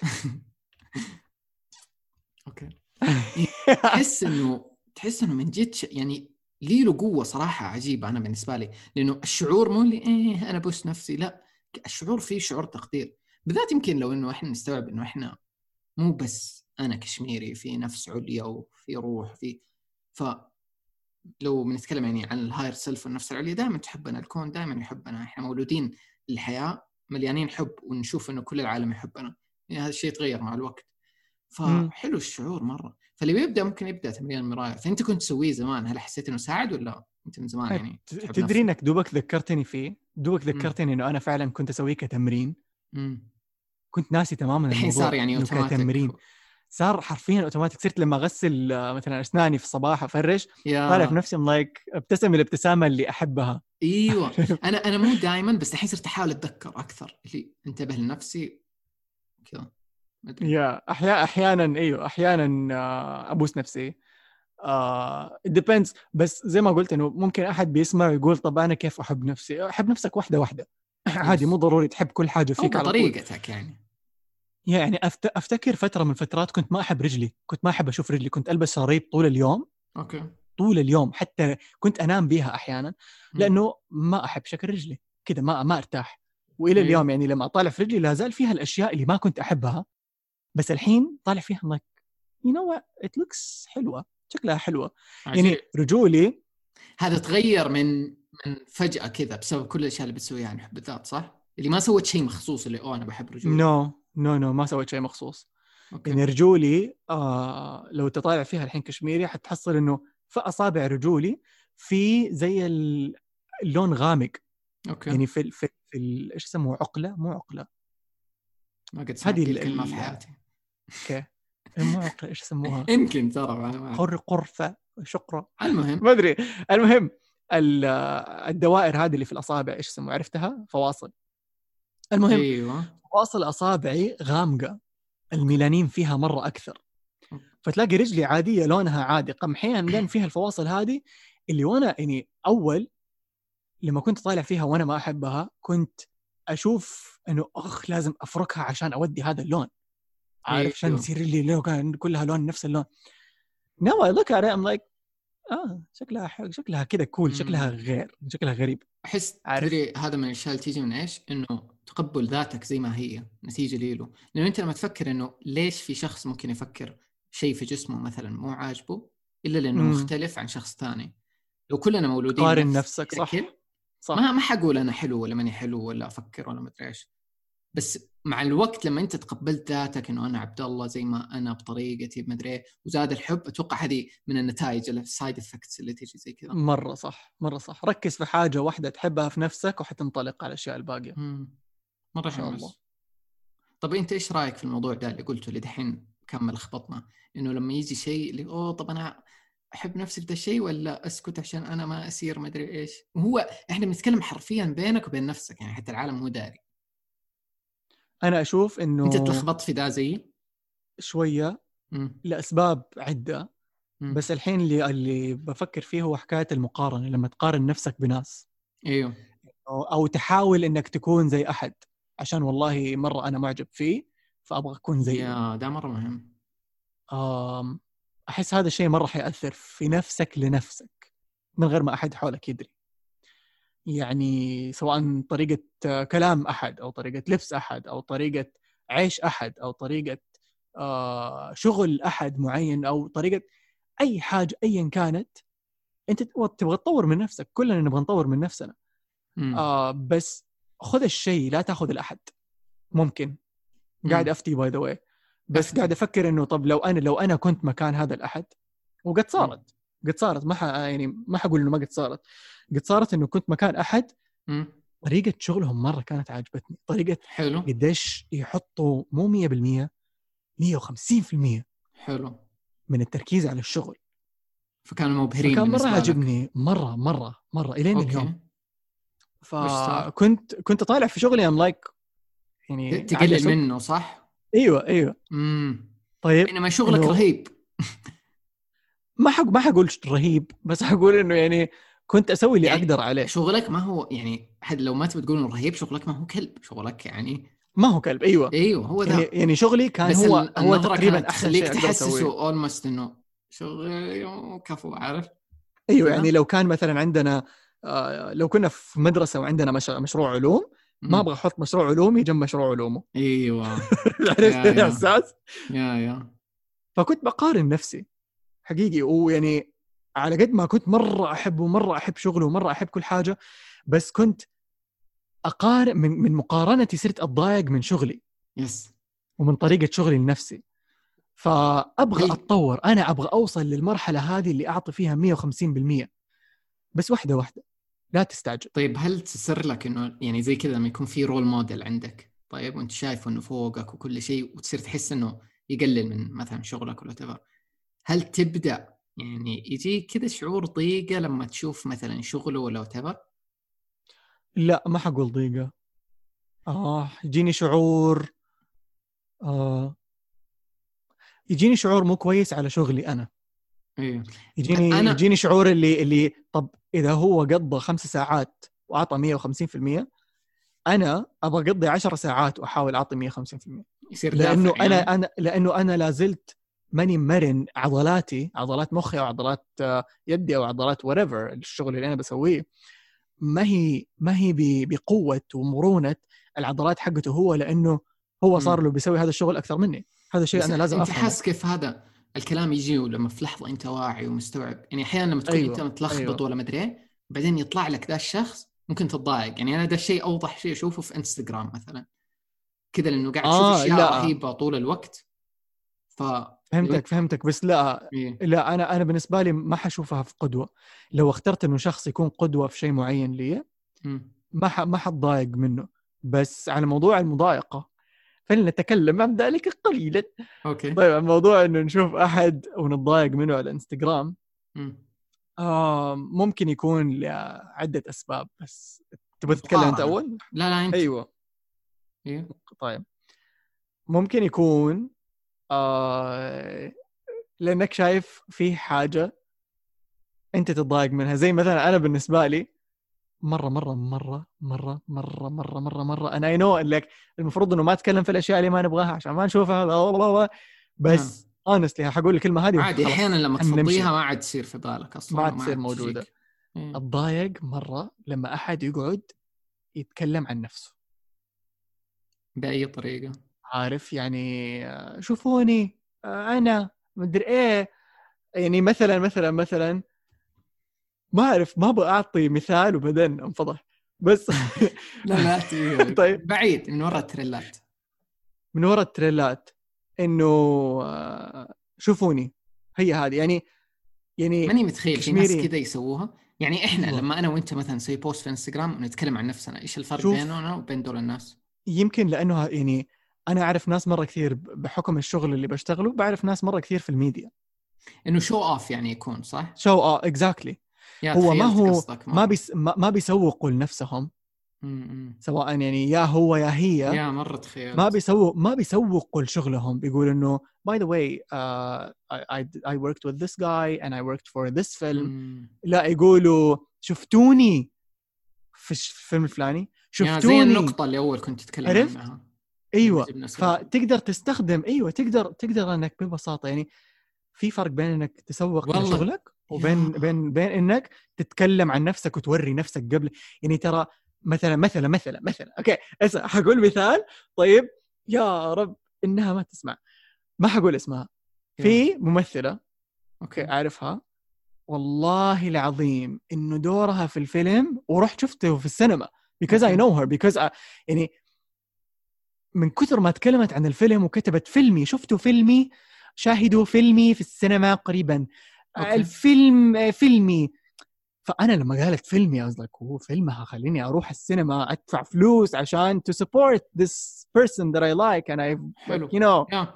اوكي. يعني تحس انه تحس انه من جد ش... يعني لي له قوه صراحه عجيبه انا بالنسبه لي، لانه الشعور مو اللي ايه انا بوست نفسي، لا، الشعور فيه شعور تقدير. بالذات يمكن لو انه احنا نستوعب انه احنا مو بس انا كشميري، في نفس عليا وفي روح في، فلو بنتكلم يعني عن الهاير سيلف والنفس العليا، دائما تحبنا، الكون دائما يحبنا، احنا مولودين للحياه مليانين حب، ونشوف انه كل العالم يحبنا. يعني هذا الشيء يتغير مع الوقت، مم. فحلو الشعور مره. فاللي بيبدا ممكن يبدا تمرين المرايه. فانت كنت تسويه زمان، هل حسيت انه ساعد ولا انت من زمان يعني تحب تدري نفسك؟ انك دوبك ذكرتني فيه، دوبك امم ذكرتني انه انا فعلا كنت اسويه كتمرين. امم كنت ناسي تماما الحين صار الموضوع يعني انه اوتوماتيك. كتمرين. صار حرفيا اوتوماتيك. صرت لما اغسل آه، مثلا اسناني في الصباح افرش، طالع في يا نفسي لايك ابتسم الابتسامه اللي احبها. ايوه. انا انا مو دائما، بس الحين صرت احاول اتذكر اكثر، اللي انتبه لنفسي كذا، ما ادري. يا احيانا احيانا ايوه احيانا آه، ابوس نفسي. آه it depends. بس زي ما قلت انه ممكن احد بيسمع ويقول طب انا كيف احب نفسي؟ احب نفسك واحده واحده. عادي، مو يس. ضروري تحب كل حاجه او فيك على طول. بطريقتك يعني. يعني أفت... افتكر فتره من الفترات كنت ما احب رجلي، كنت ما احب اشوف رجلي، كنت البس شريط طول اليوم. اوكي. طول اليوم، حتى كنت انام بيها احيانا، مم. لانه ما احب شكل رجلي كذا، ما ما ارتاح. والى ايوه. اليوم يعني لما اطالع في رجلي لا زال فيها الاشياء اللي ما كنت احبها، بس الحين طالع فيها لايك يو نو وات ات لوكس حلوه، شكلها حلوه. عجيب. يعني رجولي. هذا تغير من من فجأة كذا بسبب كل الاشياء اللي بتسويها عن حب الذات، صح؟ اللي ما سوت شيء مخصوص، اللي اوه انا بحب رجولي. نو نو نو ما سويت شيء مخصوص. اوكي. يعني رجولي آه لو تطالع فيها الحين كشميري حتحصل انه في اصابع رجولي في زي اللون غامق. اوكي. يعني في ال في, في ال ايش يسموه، عقله، مو عقله. ما قد سمعت هذه دي ال الكلمة في ال حياتي. اوكي. المعقل ايش يسموها؟ يمكن ترى انا ما أعرف. قر قرفة شقرة المهم ما ادري. المهم ال- الدوائر هذه اللي في الاصابع ايش يسموها؟ عرفتها؟ فواصل. المهم ايوه فواصل اصابعي غامقة، الميلانين فيها مرة اكثر، فتلاقي رجلي عادية لونها عادي قمحية، لأن فيها الفواصل هذه اللي وانا يعني اول لما كنت طالع فيها وانا ما احبها كنت اشوف انه اخ لازم افركها عشان اودي هذا اللون، عارف، عشان ايوه يصير لي لو كان كلها لون نفس اللون. now I look at it I'm like اه شكلها حق، شكلها كذا كول، شكلها مم. غير، شكلها غريب، احس عارف. تدري هذا من الاشياء اللي تيجي من ايش؟ انه تقبل ذاتك زي ما هي نتيجه ليله. لانه انت لما تفكر انه ليش في شخص ممكن يفكر شيء في جسمه مثلا مو عاجبه الا لانه امم مختلف عن شخص ثاني، لو كلنا مولودين قارن نفس نفسك، الشكل صح صح. ما ما حقول انا حلو ولا ماني حلو ولا افكر ولا مدري ايش. بس مع الوقت لما انت تقبلت ذاتك انه انا عبد الله زي ما انا بطريقتي بمدري ايه وزاد الحب، اتوقع هذه من النتائج السايد افكتس اللي تيجي زي كذا. مرة صح مرة صح. ركز في حاجة واحدة تحبها في نفسك وحتنطلق على الأشياء الباقية مم. مره إن شاء الله. حمس. طب انت ايش رايك في الموضوع ده اللي قلته اللي دحين كمل خبطنا، انه لما يجي شيء اللي اوه طب انا احب نفسي في ذا الشيء ولا اسكت عشان انا ما اسير ما ادري ايش؟ وهو احنا بنتكلم حرفيا بينك وبين نفسك، يعني حتى العالم مو داري. أنا أشوف انت إنه تلخبطت في ذا زي شوية امم لأسباب عدة، امم بس الحين اللي اللي بفكر فيه هو حكاية المقارنة، لما تقارن نفسك بناس ايوه أو أو تحاول إنك تكون زي أحد عشان والله مرة أنا معجب فيه فأبغى أكون زيه. يا ده مره مهم. أم، أحس هذا الشيء مرة حيأثر في نفسك لنفسك من غير ما أحد حولك يدري. يعني سواء طريقة كلام أحد أو طريقة لبس أحد أو طريقة عيش أحد أو طريقة آه، شغل أحد معين أو طريقة أي حاجة أيا كانت، أنت تبغى تطور من نفسك، كلنا نبغى نطور من نفسنا. امم آه بس خذ الشيء لا تأخذ الأحد. ممكن قاعد امم أفتي باي ذا واي، بس افتي. قاعد أفكر إنه طب لو أنا لو أنا كنت مكان هذا الأحد، وقد مم. صارت قد صارت ما ح... يعني ما حقول إنه ما قد صارت، قد صارت إنه كنت مكان أحد، امم طريقة شغلهم مرة كانت عجبتني، طريقة حلو قديش يحطوا مو مية بالمية مية وخمسين بالمية حلو. من التركيز على الشغل، فكانوا مبهرين فكان مرة بالنسبه لك. عجبني مرة مرة مرة إلين اليوم. اوكي. وش صار؟ فكنت كنت طالع في شغلي أم لايك ت- يعني قاعد تقلل أسوق. منه صح؟ ايوه ايوه. امم طيب بينما شغلك انه رهيب. ما حق ما حقول رهيب، بس حقول انه يعني كنت اسوي اللي يعني اقدر عليه. شغلك ما هو يعني حد لو ما تبي تقول انه رهيب، شغلك ما هو كلب شغلك يعني. ما هو كلب، ايوه. ايوه هو يعني ذا. يعني شغلي كان بس هو ال- هو النظره تقريبا كانت احسن تخليك شيء اقدر تحسسه اسويه. اولموست انه شغل كفو، عارف ايوه يعني كذا. لو كان مثلا عندنا آه لو كنا في مدرسه وعندنا مش... مشروع علوم، ما امم ابغى احط مشروع علومي جنب مشروع علومه. ايوه. عرفت يا يا الاحساس؟ يا يا فكنت بقارن نفسي حقيقي، ويعني على قد ما كنت مره احبه ومره احب شغله ومره احب كل حاجه، بس كنت اقارن من من مقارنتي صرت اتضايق من شغلي يس. ومن طريقه شغلي لنفسي. فابغى هل اتطور، انا ابغى اوصل للمرحله هذه اللي اعطي فيها مية وخمسين بالمية، بس واحده واحده، لا تستعجل. طيب هل تسر لك انه يعني زي كذا لما يكون في رول موديل عندك طيب وانت شايفه انه فوقك وكل شيء وتصير تحس انه يقلل من مثلا شغلك ولا تبر، هل تبدأ يعني يجي كذا شعور ضيقة لما تشوف مثلا شغله ولا تبر؟ لا ما حقول ضيقه، اه يجيني شعور، آه يجيني شعور مو كويس على شغلي انا. ايوه. يجيني انا يجيني شعور اللي اللي طب اذا هو قضى خمس ساعات واعطى مية وخمسين بالمية، انا ابغى اقضي عشر ساعات واحاول اعطي مية وخمسين بالمية. يصير لانه دافع انا يعني. انا لانه انا لازلت ماني مرن، عضلاتي عضلات مخي او عضلات آه، يدي او عضلات whatever الشغل اللي انا بسويه، ما هي ما هي ب- بقوه ومرونه العضلات حقته هو، لانه هو صار مم. له بيسوي هذا الشغل اكثر مني. هذا شيء بس انا لازم انت افهمه. حاسس كيف هذا الكلام يجي ولما في لحظة انت واعي ومستوعب؟ يعني احيانا لما تكون انت ايوه متلخبط ايوه ولا مدري ايه بعدين يطلع لك ذا الشخص ممكن تتضايق. يعني انا ده الشيء اوضح شيء اشوفه في انستغرام مثلا كذا، لانه قاعد تشوف اه اشياء لا رهيبة طول الوقت. ف لو فهمتك انت فهمتك بس لا إيه. لا انا انا بالنسبه لي ما حشوفها في قدوه. لو اخترت انه شخص يكون قدوه في شيء معين لي مم. ما ح... ما حتضايق منه. بس على موضوع المضايقه، فلنتكلم عن ذلك قليلا. اوكي. طيب الموضوع انه نشوف احد ونتضايق منه على انستغرام آه ممكن يكون لعدة اسباب، بس تبغى تتكلم انت اول؟ لا لا انت. ايوه ايوه طيب ممكن يكون آه لانك شايف في حاجة انت تتضايق منها، زي مثلا انا بالنسبة لي مرة مرة مرة مرة مرة مرة مرة مرة أنا I know لك المفروض إنه ما أتكلم في الأشياء اللي ما نبغاها عشان ما نشوفها، لا لا لا، بس honestly حقول الكلمة هذه عادي احيانا لما تفضيها ما عاد تصير في بالك اصلا، ما عاد تصير موجودة. إيه. أتضايق مرة لما أحد يقعد يتكلم عن نفسه بأي طريقة، عارف يعني شوفوني أنا مدري إيه، يعني مثلا مثلا مثلا ما أعرف ما أبغى أعطي مثال وبعدين انفضح بس لا لا طيب بعيد من وراء التريلات، من وراء التريلات إنه شوفوني هي هذه يعني يعني ماني متخيل في ناس كشميري كذا يسووها. يعني احنا أيوة. لما انا وانت مثلا نسوي بوست في انستغرام ونتكلم عن نفسنا، ايش الفرق بيننا وبين دول الناس؟ يمكن لانه يعني انا اعرف ناس مره كثير بحكم الشغل اللي بشتغله، بعرف ناس مره كثير في الميديا انه شو اوف يعني يكون صح شو اه اكزاكتلي هو ما هو ما بيس ما, ما بيسوقوا لنفسهم م-م. سواء يعني يا هو يا هي يا مره تخيلت ما بيسووا ما بيسوقوا لشغلهم، بيقول انه by the way uh, I, I I worked with this guy and I worked for this film م. لا يقولوا شفتوني في الفيلم الفلاني، شفتوني زي النقطه اللي اول كنت تتكلم عنها. ايوه فتقدر تستخدم ايوه تقدر تقدر انك ببساطه يعني في فرق بين انك تسوق لشغلك وبين بين بين انك تتكلم عن نفسك وتوري نفسك قبل. يعني ترى مثلا مثلا مثلا مثلا اوكي اسا حقول مثال طيب يا رب انها ما تسمع، ما حقول اسمها. في ممثله اوكي اعرفها والله العظيم انه دورها في الفيلم ورحت شفته في السينما because أوكي. I know her because I, يعني من كثر ما تكلمت عن الفيلم وكتبت فيلمي شفتوا فيلمي شاهدوا فيلمي في السينما قريبا أوكي. الفيلم فيلمي. فأنا لما قالت فيلمي قصدك هو فيلمها خليني أروح السينما أدفع فلوس عشان to support this person that I like and I حلو. you know yeah.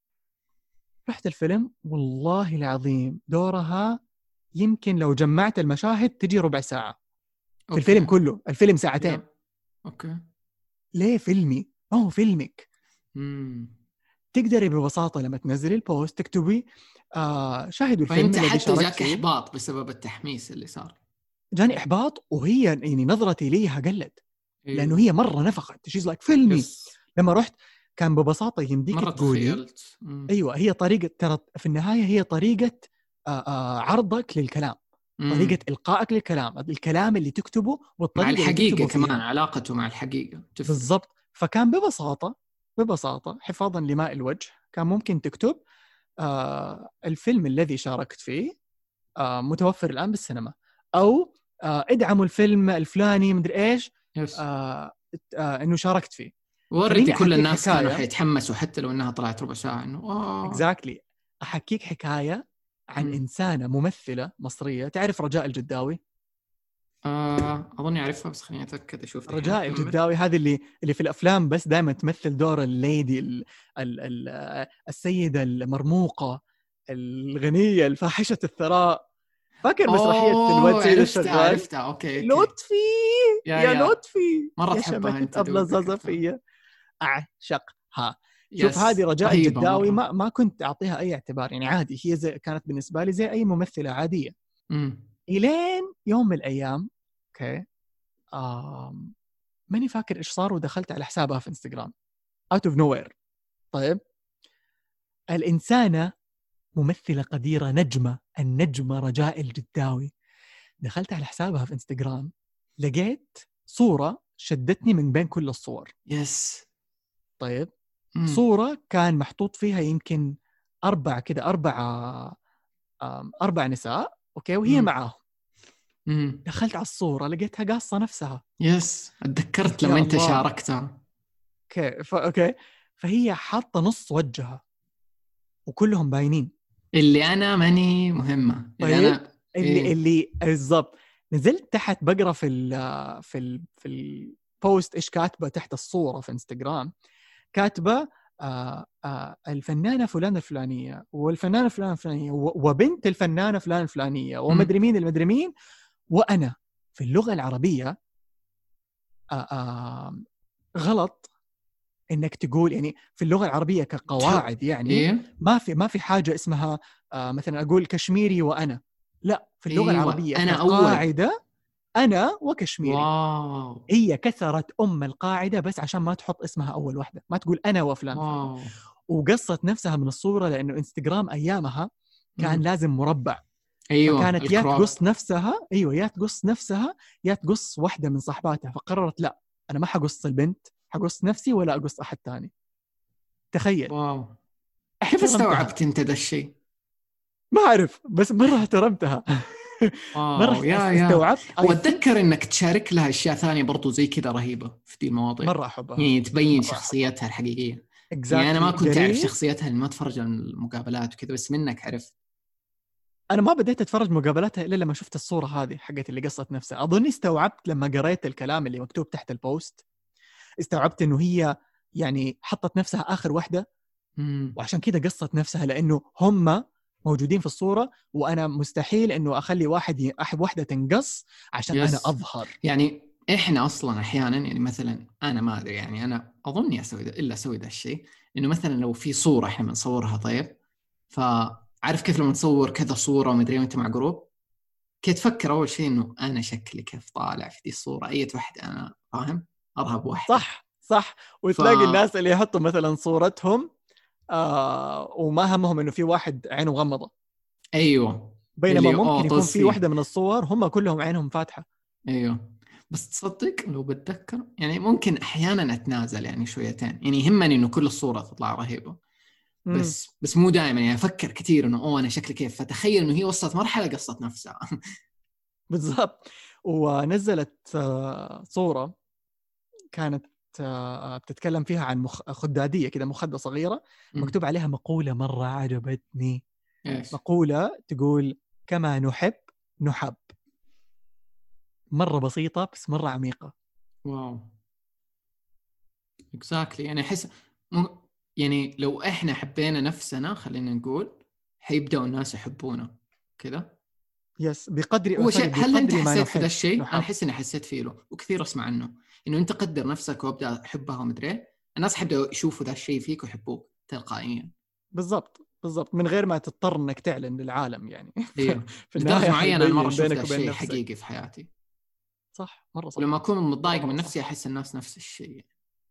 رحت الفيلم والله العظيم دورها يمكن لو جمعت المشاهد تجي ربع ساعة في أوكي. الفيلم كله، الفيلم ساعتين. yeah. أوكي. ليه فيلمي؟ ما هو فيلمك. مم. تقدري ببساطة لما تنزلي البوست تكتبي آه شاهدوا الفيلم الذي شاركت فيه. فأنت حتى جاك إحباط بسبب التحميس اللي صار. جاني إحباط وهي يعني نظرتي ليها قلت أيوه. لأنه هي مرة نفقت she's like فيلمي يس. لما رحت كان ببساطة يمديك مرة تقولي تخيلت. أيوة هي طريقة ترى في النهاية هي طريقة آه آه عرضك للكلام مم. طريقة إلقائك للكلام، الكلام اللي تكتبه والطريقة مع الحقيقة اللي كمان فيها. علاقته مع الحقيقة تفرق. بالضبط. فكان ببساطة ببساطة حفاظا لماء الوجه كان ممكن تكتب آه الفيلم الذي شاركت فيه آه متوفر الآن بالسينما، أو آه ادعموا الفيلم الفلاني مدري إيش آه آه إنه شاركت فيه. وردي كل الناس حكاية. كانوا حيتحمسوا حتى لو إنها طلعت ربع ساعة إنه آه exactly. أحكيك حكاية عن م. إنسانة ممثلة مصرية تعرف رجاء الجداوي؟ آه أظن أعرفها بس خليني أتأكد أشوف. رجاء الجداوي هذه اللي اللي في الأفلام بس دائما تمثل دور الليدي ال ال ال السيدة المرموقة الغنية الفاحشة الثراء. فاكر مسرحية الواد سيد الشغال؟ عرفتها أوكي. لطفي يا, يا, يا لطفي مرة تحبها أنت أبلة زازفية أعشقها. شوف yes. هذه رجاء الجداوي ما ما كنت أعطيها أي اعتبار يعني عادي هي زي كانت بالنسبة لي زي أي ممثلة عادية. مم. إلين يوم من الأيام أوكي آم... ماني فاكر إيش صار ودخلت على حسابها في إنستغرام out of nowhere. طيب الإنسانة ممثلة قديرة نجمة النجمة رجاء الجداوي. دخلت على حسابها في إنستغرام لقيت صورة شدتني من بين كل الصور. يس yes. طيب مم. صورة كان محطوط فيها يمكن أربع كده أربع أربع نساء أوكي وهي مم. معاهم. مم. دخلت على الصورة لقيتها قاصة نفسها. يس yes. أتذكرت لما أنت شاركتها. أوكي ف... أوكي فهي حاطة نص وجهها وكلهم باينين. اللي أنا ماني مهمة. اللي طيب أنا اللي إيه؟ اللي بالضبط. نزلت تحت بقرأ في ال في ال في البوست إيش كاتبة تحت الصورة في إنستغرام. كاتبه آه آه الفنانه فلانه الفلانيه والفنانه فلانه الفلانيه وبنت الفنانه فلانه الفلانيه ومدري مين المدري مين. وانا في اللغه العربيه آه آه غلط انك تقول يعني في اللغه العربيه كقواعد يعني إيه؟ ما في ما في حاجه اسمها آه مثلا اقول كشميري وانا. لا، في اللغه أيوة. العربيه أنا أول. كقاعده انا وكشميري. واو هي كسرت ام القاعده بس عشان ما تحط اسمها اول واحده، ما تقول انا وفلان فلان. واو. وقصت نفسها من الصوره لانه انستغرام ايامها كان مم. لازم مربع. أيوة فكانت يا الكروب. تقص نفسها ايوه يا تقص نفسها يا تقص واحده من صاحباتها. فقررت لا، انا ما حقص البنت، حقص نفسي ولا اقص احد ثاني. تخيل. واو. كيف احترمتها. استوعبت أنت ذا الشيء؟ ما اعرف بس مره احترمتها. مره واو. يا يا استوعبت اي ثينك. وأتذكر إنك تشارك لها أشياء ثانية برضو زي كذا رهيبة في دي المواضيع، مره احبها يعني تبين مره احبها شخصيتها الحقيقية. يعني أنا ما اكزاكتلي. كنت أعرف قريب شخصيتها اللي ما أتفرج على المقابلات وكذا، بس منك عرفت. انا ما بديت اتفرج مقابلاتها الا لما شفت الصوره هذه حقت اللي قصت نفسها. اظني استوعبت لما قريت الكلام اللي مكتوب تحت البوست، استوعبت انه هي يعني حطت نفسها اخر واحده مم. وعشان كذا قصت نفسها، لانه هم موجودين في الصوره وانا مستحيل انه اخلي واحد ي... احب واحده تنقص عشان انا يس. اظهر. يعني احنا اصلا احيانا، يعني مثلا انا ما ادري، يعني انا اظني اسوي ده الا اسوي ذا الشيء، انه مثلا لو في صوره احنا بنصورها، طيب فعارف كيف لما تصور كذا صوره ومدري وانت مع جروب، كيف تفكر اول شيء انه انا شكلي كيف طالع في دي الصوره، اي واحده انا فاهم ارهب واحده. صح صح. ف وتلاقي الناس اللي يحطوا مثلا صورتهم آه وما همهم انه في واحد عينه مغمضه، ايوه بينما اللي ممكن يكون اوطز في فيه. واحده من الصور هم كلهم عينهم فاتحه. ايوه. بس تصدق لو بتذكر يعني ممكن احيانا اتنازل يعني شويتين، يعني يهمني انه كل الصوره تطلع رهيبه، امم بس بس مو دائما، يعني افكر كثير انه اوه انا شكلي كيف، فتخيل انه هي وصلت مرحله قصت نفسها. بالضبط. ونزلت آه صوره كانت آه بتتكلم فيها عن مخ... خداديه كده، مخده صغيره أمم. مكتوب عليها مقوله مره عجبتني. ايش؟ مقوله تقول كما نحب نحب. مره بسيطه بس مره عميقه. واو. اكزاكتلي. يعني احس م... يعني لو احنا حبينا نفسنا خلينا نقول حيبداوا الناس يحبونا كذا. يس بقدر هو سوري شيء، هل انت بقدر ما حسيت في ذا نحب الشيء؟ انا نحب. احس اني حسيت فيه له وكثير اسمع عنه، انه انت قدر نفسك وابدا احبها ومدري إيه، الناس حيبداوا يشوفوا ذا الشيء فيك ويحبوك تلقائيا. بالضبط بالضبط، من غير ما تضطر انك تعلن للعالم يعني. ايوه. في لدرجه النهايه معينه انا مره حيبين اشوف ذا بينك وبين الشيء نفسك. حقيقي في حياتي، صح مره ولما صح. اكون مره متضايق مره من صح. نفسي احس الناس نفس الشيء.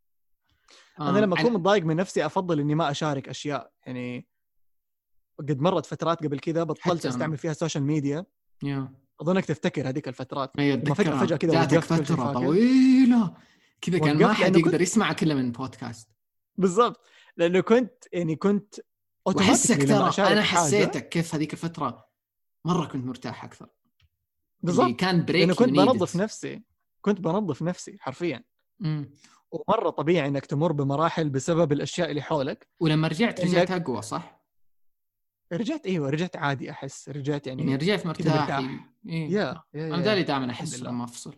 انا أم لما اكون على متضايق من نفسي افضل اني ما اشارك اشياء يعني. قد مرت فترات قبل كذا بطلت حتى انا. استعمل فيها السوشيال ميديا. يا اظنك تفتكر هذيك الفترات هي لما فجاه فجاه اتذكرها كذا جاتك وقفت، كل شيء فتره فاكر. طويله كذا كان ما وقفت حد لانه يقدر كنت يسمع كله من بودكاست. بالضبط، لانه كنت يعني كنت واحسك اوتوماتيكلي لما ترى انا اشارك حاجه. حسيتك كيف هذيك الفتره مره كنت مرتاح اكثر، اللي بالضبط، كان لانه بريك يو كنت بنظف نيدت. نفسي. كنت بنظف نفسي حرفيا. ومره طبيعي انك تمر بمراحل بسبب الاشياء اللي حولك. ولما رجعت رجعت انك اقوى صح؟ رجعت ايوه رجعت عادي احس رجعت يعني يعني رجعت كذا مرتاح. مرتاح. ايه. يا يا انا يا دالي يا. دائما الحمد احس لله. لما افصل.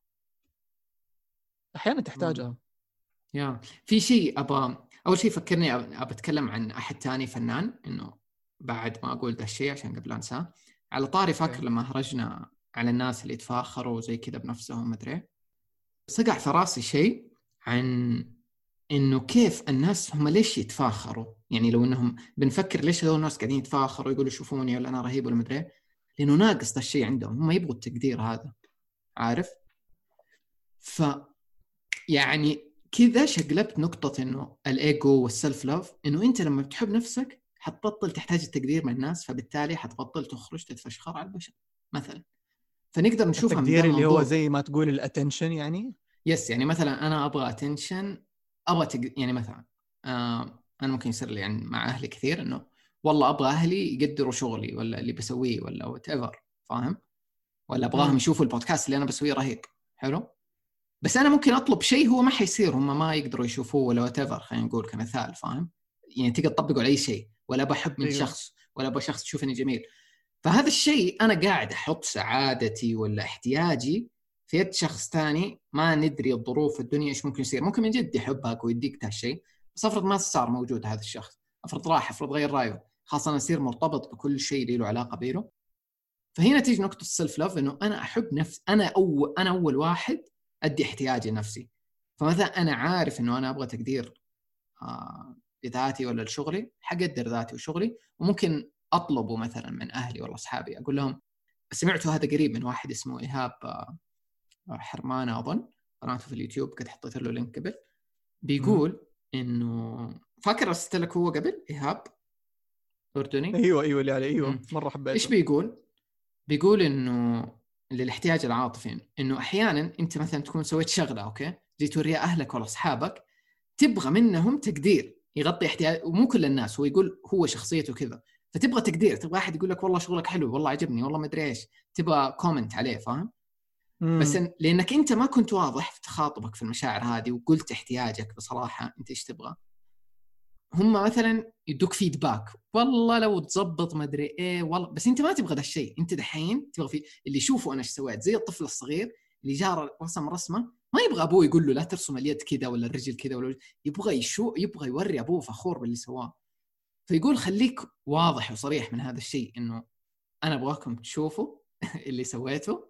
احيانا مم. تحتاجها. يا في شيء ابى اول شيء فكرني أب- ابى اتكلم عن احد تاني فنان، انه بعد ما اقول ذا الشيء عشان قبل انساه، على طاري فاكر اوكي. لما هرجنا على الناس اللي يتفاخروا زي كذا بنفسهم مدري، صقع في راسي شيء عن انه كيف الناس هم ليش يتفاخروا، يعني لو انهم بنفكر ليش هذول الناس قاعدين يتفاخروا يقولوا شوفوني ولا انا رهيب ولا مدري، لانه ناقص ذا الشيء عندهم، هم يبغوا التقدير هذا، عارف؟ ف يعني كذا شقلبت نقطة إنه الإيجو والسلف لوف، إنه أنت لما بتحب نفسك حتبطل تحتاج التقدير من الناس، فبالتالي حتبطل تخرج تتفشخر على البشر مثلا. فنقدر نشوفها من ذا التقدير اللي هو المنظور. زي ما تقول الاتنشن يعني. يس، يعني مثلا أنا أبغى أتنشن، أبغى تق... يعني مثلا آه أنا ممكن يصير لي يعني مع أهلي كثير إنه والله أبغى أهلي يقدروا شغلي ولا اللي بسويه ولا وات ايفر، فاهم؟ ولا أبغاهم امم يشوفوا البودكاست اللي أنا بسويه رهيب حلو. بس انا ممكن اطلب شيء هو ما حيصير، هم ما يقدروا يشوفوه ولا وات ايفر، خلينا نقول كمثال، فاهم؟ يعني تقدر تطبقه على اي شيء، ولا بحب من ايوه شخص ولا ابغى شخص يشوفني جميل. فهذا الشيء انا قاعد احط سعادتي ولا احتياجي في يد شخص ثاني، ما ندري الظروف الدنيا ايش ممكن يصير، ممكن من جد يحبك ويديك ذا الشيء، بس افرض ما صار موجود هذا الشخص، افرض راح، افرض غير رايه، خاصه انا اصير مرتبط بكل شيء له علاقه بيله. فهنا تيجي نقطه السلف لاف، انه انا احب نفسي، انا اول انا اول واحد ادي احتياجي لنفسي. فمثلا انا عارف انه انا ابغى تقدير آه لذاتي ولا لشغلي، حقدر ذاتي وشغلي، وممكن اطلبه مثلا من اهلي ولا اصحابي، اقول لهم. سمعته هذا قريب من واحد اسمه ايهاب آه حرمانه اظن، قناته في اليوتيوب قد حطيت له لينك قبل. بيقول انه، فاكر ارسلت لك هو قبل، ايهاب اردني. ايوه ايوه اللي علي، ايوه مم. مره حبيته. ايش بيقول؟ بيقول انه للاحتياج العاطفي، انه احيانا انت مثلا تكون سويت شغله اوكي، جيت توريها اهلك ولا اصحابك، تبغى منهم تقدير يغطي احتياج، ومو كل الناس، هو يقول هو شخصيته كذا، فتبغى تقدير، تبغى احد يقول لك والله شغلك حلو، والله عجبني، والله ما ادري ايش، تبغى كومنت عليه، فاهم؟ مم. بس إن لانك انت ما كنت واضح في تخاطبك في المشاعر هذه، وقلت احتياجك بصراحه انت ايش تبغى، هم مثلا يدوك فيدباك، والله لو تزبط ما ادري ايه، والله بس انت ما تبغى ذا الشيء، انت دحين تبغى في اللي يشوفوا انا ايش سويت، زي الطفل الصغير اللي جار رسم رسمه، ما يبغى ابوه يقول له لا ترسم اليد كذا ولا الرجل كذا، ولا يبغى يشو يبغى يوري ابوه فخور باللي سواه. فيقول خليك واضح وصريح من هذا الشيء، انه انا ابغاكم تشوفوا اللي سويته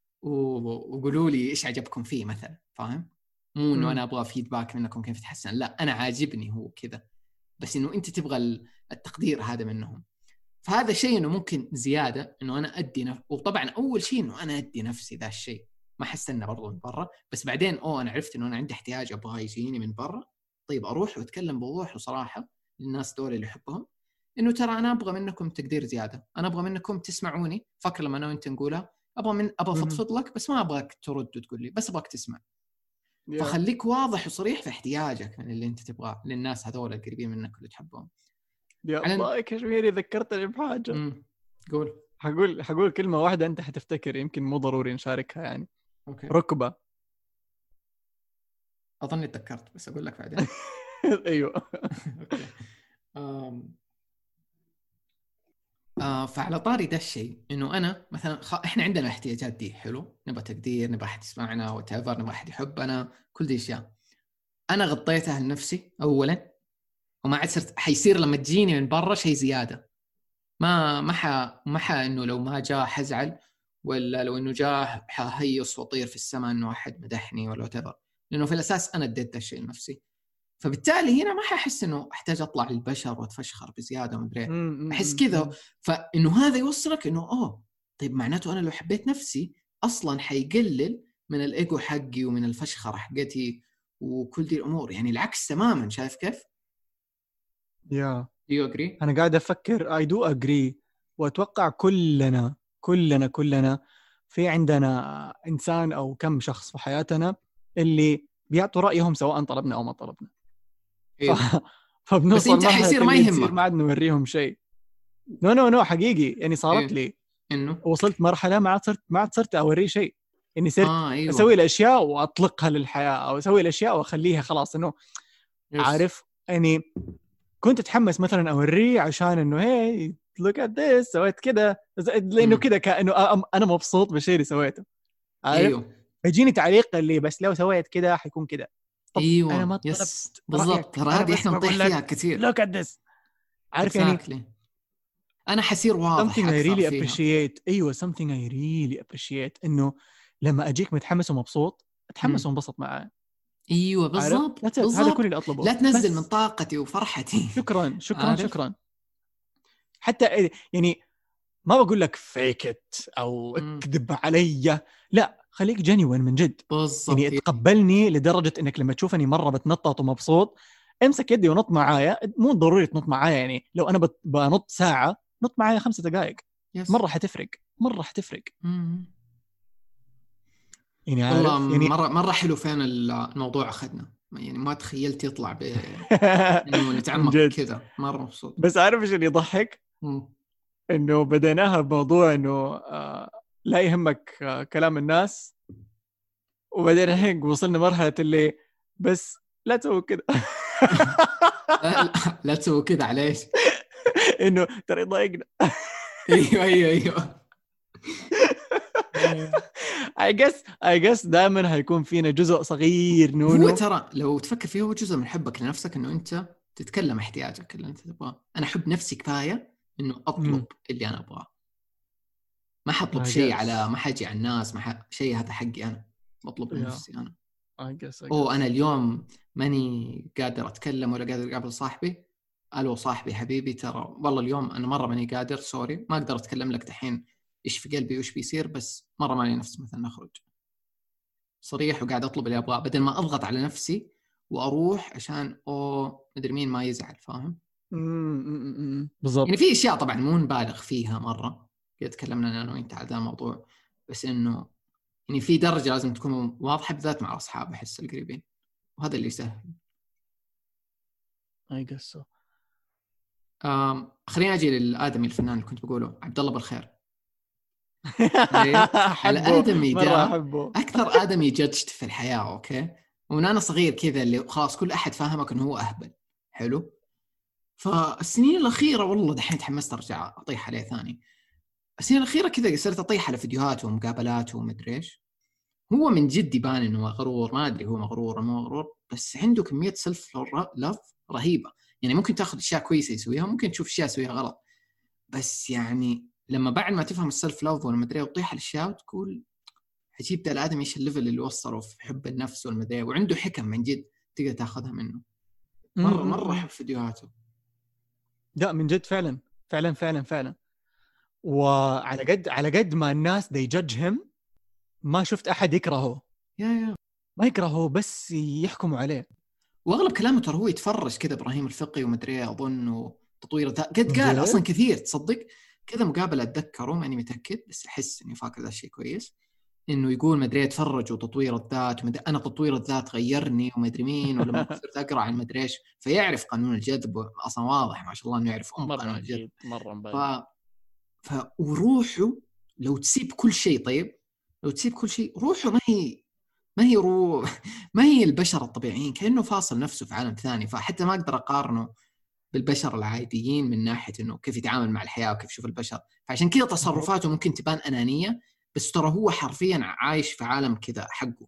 وقولوا لي ايش عجبكم فيه مثلا، فاهم؟ مو انه انا ابغى فيدباك منكم كيف تحسن، لا انا عاجبني هو كذا، بس انه انت تبغى التقدير هذا منهم. فهذا شيء انه ممكن زياده، انه انا ادي نف... وطبعا اول شيء انه انا ادي نفسي ذا الشيء، ما حستنى برضو من برا، بس بعدين اوه انا عرفت انه انا عندي احتياج ابغى يجيني من برا، طيب اروح واتكلم بوضوح وصراحه للناس دول اللي احبهم، انه ترى انا ابغى منكم تقدير زياده، انا ابغى منكم تسمعوني، فكر لما انا وانت نقولها، ابغى من ابغى فضفض لك، بس ما ابغاك ترد وتقول لي، بس ابغاك تسمع. yeah. فخليك واضح وصريح في احتياجك من اللي انت تبغاه للناس هذول القريبين منك اللي تحبهم. يا الله كشميري ذكرتني بحاجه. امم قول. حقول حقول كلمه واحده انت حتفتكر، يمكن مو ضروري نشاركها يعني. اوكي. ركبه. اظني تذكرت بس اقول لك بعدين. ايوه. اوكي. أم... آه فعلى طاري ده الشيء، انه انا مثلا خ... احنا عندنا احتياجات دي حلو، نبغى تقدير، نبغى احد يسمعنا وتعبر، نبغى احد يحبنا، كل دي اشياء انا غطيتها لنفسي اولا، وما عاد صرت حيصير لما تجيني من برا شيء زياده، ما ما ح ما ح انه لو ما جاء حزعل، ولا لو انه جاء حهيص واطير في السماء انه احد مدحني ولا whatever، لانه في الاساس انا اديت الشيء لنفسي. فبالتالي هنا ما حاحس انه احتاج اطلع للبشر واتفشخر بزياده وما ادري، احس كذا. فانه هذا يوصلك انه اوه طيب معناته انا لو حبيت نفسي اصلا حيقلل من الايجو حقي ومن الفشخره حقتي وكل دي الامور، يعني العكس تماما. شايف كيف؟ يا do you agree؟ انا قاعد افكر I do agree، واتوقع كلنا كلنا كلنا في عندنا انسان او كم شخص في حياتنا اللي بيعطوا رايهم سواء طلبنا او ما طلبنا. إيه. ف... فبنوصل بس انت حيصير ما يهمك، ما عاد نوريهم شيء. نو نو نو حقيقي يعني صارت إيه. لي انه وصلت مرحله ما عاد صرت ما عاد صرت اوريه شيء، اني صرت آه أيوة. اسوي الاشياء واطلقها للحياه، او اسوي الاشياء واخليها خلاص انه يس. عارف يعني. كنت اتحمس مثلا اوريه عشان انه هي look at this سويت كذا، لانه كذا كانه انا مبسوط بالشيء اللي سويته، عارف. ايوه يجيني تعليق اللي بس لو سويت كذا حيكون كذا. ايوه انا ما يس طلبت بالضبط، ترى هذه احنا نطيح فيها كثير. look at this، عارف exactly. يعني انا حسير واضح something I اكثر really فيها. appreciate. ايوه something I really appreciate انه لما اجيك متحمس ومبسوط اتحمس وانبسط معاه. ايوه بالضبط بالضبط، هذا كل اللي اطلبه، لا تنزل بس. من طاقتي وفرحتي. شكرا شكرا عارف؟ شكرا. حتى يعني ما بقول لك fake it او اكذب علي، لا خليك genuine من جد بالضبط. يعني اتقبلني لدرجة انك لما تشوفني مرة بتنطط ومبسوط امسك يدي ونط معايا. مو ضروري تنط معايا يعني، لو انا بنط ساعة نط معايا خمسة دقائق يس. مرة حتفرق مرة حتفرق مم. يعني والله عارف يعني مرة مرة حلو فين الموضوع أخذنا، يعني ما تخيلت يطلع ب إنه نتعمق كذا، مرة مبسوط. بس عارف إيش اللي يضحك؟ إنه بديناها بموضوع إنه آه لا يهمك آه كلام الناس، وبعدين هيك وصلنا مرحلة اللي بس لا تسوي كذا. لا, لا تسوي كذا عليش؟ إنه ترى يضايقنا. أيوه أيوه أيوه I guess I guess دائما هيكون فينا جزء صغير نونو. هو ترى لو تفكر فيه هو جزء من حبك لنفسك إنه أنت تتكلم احتياجك اللي أنت تبغاه. أنا أحب نفسي كفاية إنه أطلب مم. اللي أنا أبغاه، ما حطلب I شيء guess. على ما حاجي على الناس، ما ح... شيء هذا حقي أنا، بطلب Yeah. لنفسي أنا. I guess, I أوه guess. أنا اليوم ماني قادر أتكلم ولا قادر أقابل صاحبي، ألو صاحبي حبيبي ترى والله اليوم أنا مرة ماني قادر، سوري ما أقدر أتكلم لك دحين إيش في قلبي وإيش بيصير، بس مرة ماني نفس مثلا نخرج. صريح وقاعد أطلب اللي أبغاه بدل ما أضغط على نفسي وأروح عشان أوه مدري مين ما يزعل، فاهم؟ امم بالضبط. يعني في أشياء طبعا مو نبالغ فيها مرة، قد تكلمنا أنا وأنت على هذا الموضوع، بس إنه يعني في درجة لازم تكون واضحة بالذات مع الأصحاب أحس القريبين، وهذا اللي يسهل. I guess so. أم خلينا أجي للآدمي الفنان اللي كنت بقوله، عبد الله بالخير. على آدمي مرة ده أحبه. أكثر آدمي جدجت في الحياة، أوكي؟ ومن أنا صغير كذا اللي خلاص كل أحد فاهمك إنه هو أهبل، حلو؟ فالسنين الأخيرة والله دحين تحمست أرجع أطيح عليه ثاني. السنين الأخيرة كذا صرت أطيح على فيديوهاته ومقابلاته ومدري إيش. هو من جد يبان إنه مغرور، ما أدري هو مغرور أو مو مغرور، بس عنده كمية سلف لاف رهيبة. يعني ممكن تأخذ أشياء كويسة يسويها، ممكن تشوف أشياء يسويها غلط، بس يعني لما بعد ما تفهم السلف لاف والمدري وتطيح الأشياء وتقول عجيب ده الآدم إيش الليفل اللي وصله في حب النفس والمدري، وعنده حكم من جد تقدر تأخذها منه. مرة مرة أحب فيديوهاته. لا من جد فعلا فعلا فعلا فعلا. وعلى قد على قد ما الناس they judge him ما شفت أحد يكرهه. يا يا ما يكرهه بس يحكموا عليه. واغلب كلامه ترى هو يتفرج كذا ابراهيم الفقي ومدري اظن وتطوير ذات قد قال اصلا كثير تصدق كذا مقابله اتذكره ماني متاكد بس احس اني فاكر ذا الشيء كويس انه يقول مدري اتفرج وتطوير الذات ومدري انا تطوير الذات غيري ومدري مين ولما صرت اقرا عن مدري ايش فيعرف قانون الجذب اصلا واضح ما شاء الله انه يعرف ام قانون الجذب مره ف ف وروحه لو تسيب كل شيء طيب لو تسيب كل شيء روحه ما هي ما هي رو ما هي البشر الطبيعيين كأنه فاصل نفسه في عالم ثاني فحتى ما أقدر أقارنه بالبشر العاديين من ناحية إنه كيف يتعامل مع الحياة وكيف يشوف البشر فعشان كذا تصرفاته ممكن تبان أنانية بس ترى هو حرفيا عايش في عالم كذا حقه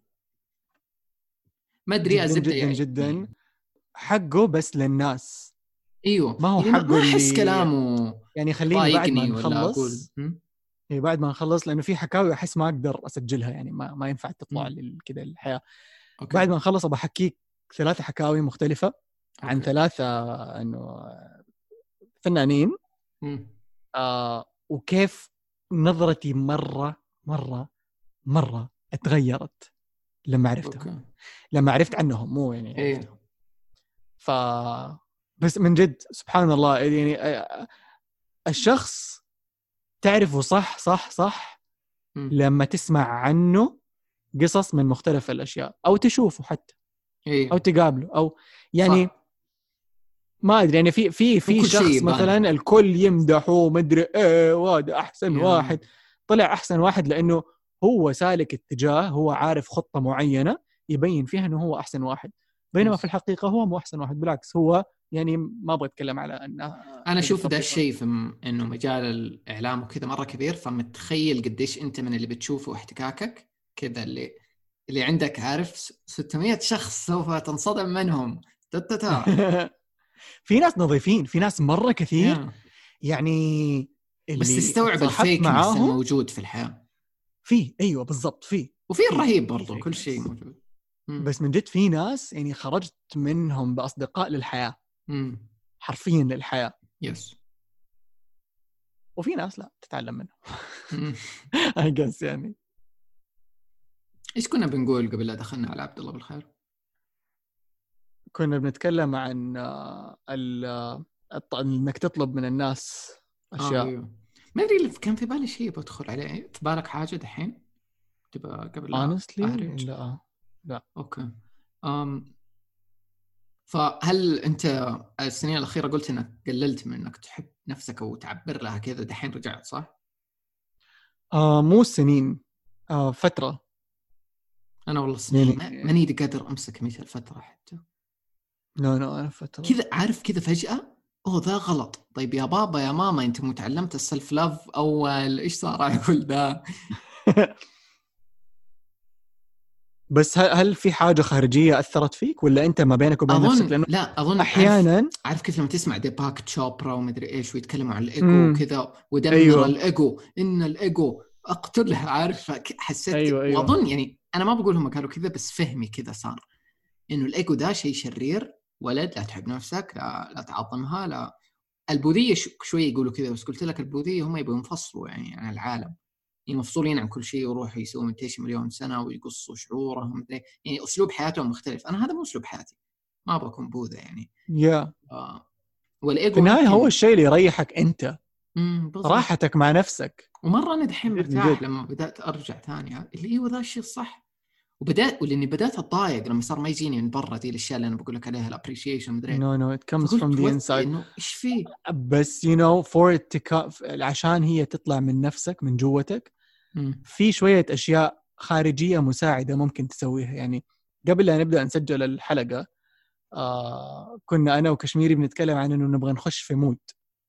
ما أدري جدا جدا جدا حقه بس للناس أيوه ما هو يعني حقه ما أحس اللي كلامه يعني خليني بعد ما نخلص إيه بعد ما نخلص لأنه في حكاوي أحس ما أقدر أسجلها يعني ما ما ينفع تطلع كذا الحياة أوكي. بعد ما نخلص أبغى أحكيك ثلاثة حكاوي مختلفة أوكي. عن ثلاثة إنه فنانين آه وكيف نظرتي مرة مرة مرة اتغيرت لما عرفتهم أوكي. لما عرفت عنهم مو يعني إيه. ف بس من جد سبحان الله يعني الشخص تعرفه صح صح صح م. لما تسمع عنه قصص من مختلف الأشياء أو تشوفه حتى إيه. أو تقابله أو يعني صح. ما أدري يعني في في في شخص مثلا الكل يمدحه مدري إيه وهذا أحسن yeah. واحد طلع أحسن واحد لأنه هو سالك اتجاه هو عارف خطة معينة يبين فيها إنه هو أحسن واحد بينما yes. في الحقيقة هو مو أحسن واحد بالعكس هو يعني ما أبغى أتكلم على أنه أنا أشوف ده الشيء في إنه مجال الإعلام وكذا مرة كبير فمتخيل قديش أنت من اللي بتشوفه واحتكاكك كذا اللي اللي عندك عارف ستمية شخص سوف تنصدم منهم تتتا في ناس نظيفين في ناس مرة كثير yeah. يعني اللي بس تستوعب الفيك معاهم موجود في الحياة في أيوة بالضبط في وفي الرهيب برضو كل شيء موجود مم. بس من جد في ناس يعني خرجت منهم بأصدقاء للحياة مم. حرفيا للحياة يس وفي ناس لا تتعلم منهم I guess يعني إيش كنا بنقول قبل لا دخلنا على عبد الله بالخير كنا بنتكلم عن ال انك تطلب من الناس اشياء آه أيوه. ما ادري كان في بالي شيء بدخل عليه في بالك حاجه دحين تبقى قبل لا honestly لا لا اوكي ام فهل انت السنين الاخيره قلت انك قللت من انك تحب نفسك او تعبر لها كذا دحين رجعت صح آه مو سنين آه فتره انا والله سنين يعني... ماني قادر امسك مثل الفتره حتى لا لا انا فتره كذا عارف كذا فجاه اوه ذا غلط طيب يا بابا يا ماما انت متعلمت السلف لاف اول ايش صار على كل ده بس هل, هل في حاجة خارجية أثرت فيك ولا أنت ما بينك وبين نفسك؟ لأنه لا أظن أحيانا عارف, عارف كيف لما تسمع ديباك تشوبرا ومدري إيش ويتكلموا عن الإيجو مم. وكذا ودمر أيوة. الإيجو إن الإيجو أقتله, عارف, حسيت أيوة أيوة. وأظن يعني أنا ما بقول هم قالوا كذا بس فهمي كذا صار إنه الإيجو ده شيء شرير, ولد لا تحب نفسك, لا, لا تعظمها, لا. البوذية شوي يقولوا كذا, بس قلت لك البوذية هم يبغوا ينفصلوا يعني عن العالم, يعني مفصولين عن كل شيء ويروحوا يسووا ميتيشن مليون سنة ويقصوا شعورهم, يعني أسلوب حياتهم مختلف. أنا هذا مو أسلوب حياتي, ما أبغى أكون بوذا يعني. yeah. آه. والإيجو في النهاية هو ممكن... الشيء اللي يريحك أنت, بالضبط. راحتك مع نفسك. ومرة أنا دحين جد مرتاح جد. لما بدأت أرجع ثاني اللي إيوه ذا الشيء الصح, وبدأت ولأني بدأت أتضايق لما صار ما يجيني من برا دي الأشياء اللي أنا بقول لك عليها الابريشيشن مدري. no no it comes from the inside. إنه إيش فيه, بس you know for it to come, عشان هي تطلع من نفسك من جوتك مم. في شوية أشياء خارجية مساعدة ممكن تسويها. يعني قبل لا نبدأ نسجل الحلقة آه كنا أنا وكشميري بنتكلم عن إنه نبغى نخش في مود,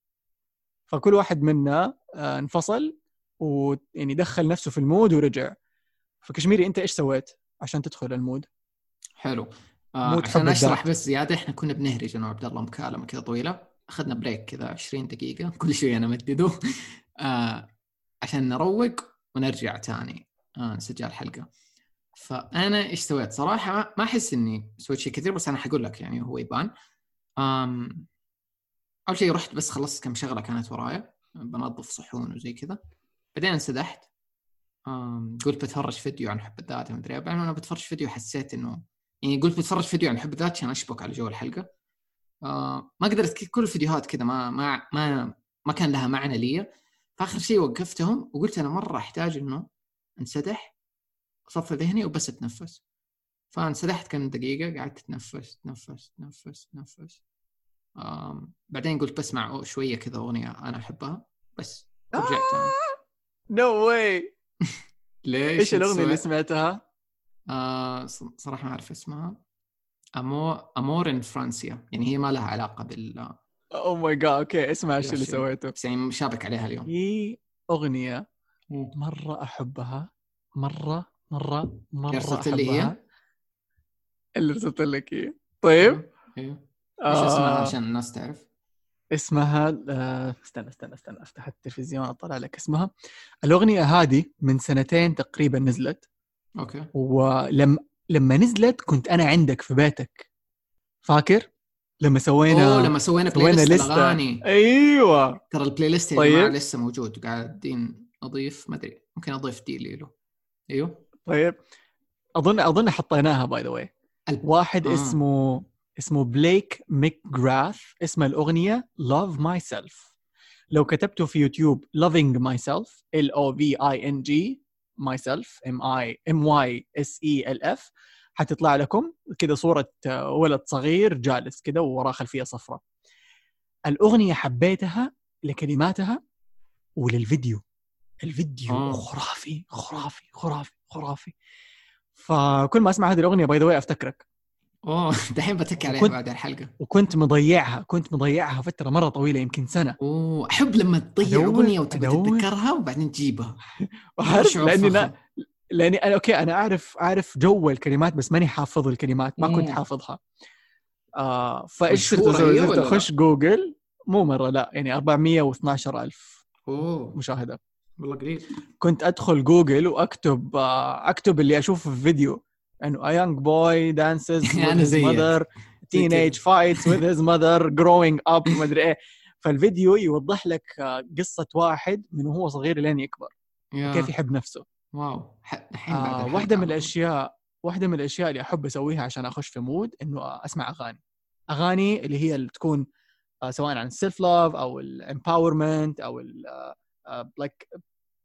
فكل واحد منا آه انفصل ويعني دخل نفسه في المود ورجع. فكشميري أنت إيش سويت عشان تدخل المود؟ حلو. آه عشان أشرح بس زيادة, إحنا كنا بنهرج أنا وعبد الله مكالمة كذا طويلة, أخذنا بريك كذا عشرين دقيقة كل شوي أنا مدده آه عشان نروق ونرجع تاني آه نسجل الحلقة. فأنا إيش سويت صراحة, ما أحس إني سويت شيء كثير, بس أنا حقول لك يعني هو يبان. آم أول شيء رحت بس خلصت كم شغلة كانت ورايا, بنظف صحون وزي كذا, بعدين انسدحت. قلت بتفرج فيديو عن حب الذات ما أدري, بعدين أنا بتفرج فيديو حسيت إنه يعني قلت بتفرج فيديو عن حب الذات عشان أشبك على جو الحلقة. آه ما قدرت كل الفيديوهات كذا ما ما ما ما كان لها معنى لي. فآخر شيء وقفتهم وقلت أنا مرة أحتاج إنه انسدح, صف ذهني وبس أتنفس. فانسدحت كم دقيقة, قعدت تنفس تنفس تنفس تنفس. آم بعدين قلت بسمع شوية كذا أغنية أنا أحبها بس, ورجعت تاني. no way. ليش إيش الأغنية اللي سمعتها؟ آه صراحة ما أعرف اسمها. أمور أمور إن فرانسيا, يعني هي ما لها علاقة بال أوه ماي جاد. أوكي اسمع إيش اللي سويته. بس يعني مشابك عليها اليوم. هي أغنية مرة أحبها, مرة مرة مرة أرسلت أحبها. اللي هي اللي أرسلت لك هي. طيب إيه آه إيش اسمها عشان الناس تعرف؟ اسمها آه استنى استنى استنى أفتح التلفزيون أطلع لك اسمها. الأغنية هذه من سنتين تقريبا نزلت. أوكي. ولما لما نزلت كنت أنا عندك في بيتك, فاكر لما سوينا أوه لما سوينا, سوينا بلاي لستة الأغاني. أيوة ترى البلاي ليست يا طيب. جماعة لسه موجود, قاعدين أضيف ما أدري ممكن أضيف دي له. أيوه طيب أظن أظن حطيناها باي ذا واي. واحد آه. اسمه اسمه بليك ميكغراث, اسم الأغنية Love Myself. لو كتبته في يوتيوب Loving Myself L O V I N G Myself M I M Y S E L F حتطلع لكم كده صورة ولد صغير جالس كده ووراه خلفية صفراء. الأغنية حبيتها لكلماتها وللفيديو. الفيديو آه. خرافي خرافي خرافي خرافي. فكل ما أسمع هذه الأغنية باي ذا واي أفتكرك. أوه دحين بتكي عليها بعد الحلقة. وكنت مضيعها كنت مضيعها فترة مرة طويلة يمكن سنة. أوه أحب لما تضيع أغنية وتبي تتذكرها وبعدين تجيبها. لأني أنا لأني أنا أوكي أنا أعرف أعرف جو الكلمات بس ماني حافظ الكلمات, ما كنت حافظها. آه فإيش صرت أسوي؟ صرت أخش جوجل, مو مرة لا يعني أربعمية واثناشر ألف أوه مشاهدة والله قليل. كنت أدخل جوجل وأكتب آه أكتب اللي أشوفه في فيديو إنه a young boy dances with his mother, teenage fights with his mother, growing up ما أدري إيه. فالفيديو يوضح لك قصة واحد من وهو صغير لين يكبر وكيف يحب نفسه. واو الحين آه بعد واحدة من الأشياء واحدة من الأشياء اللي أحب أسويها عشان أخش في مود إنه أسمع أغاني أغاني اللي هي اللي تكون آه سواء عن self love أو empowerment أو ال uh, uh, like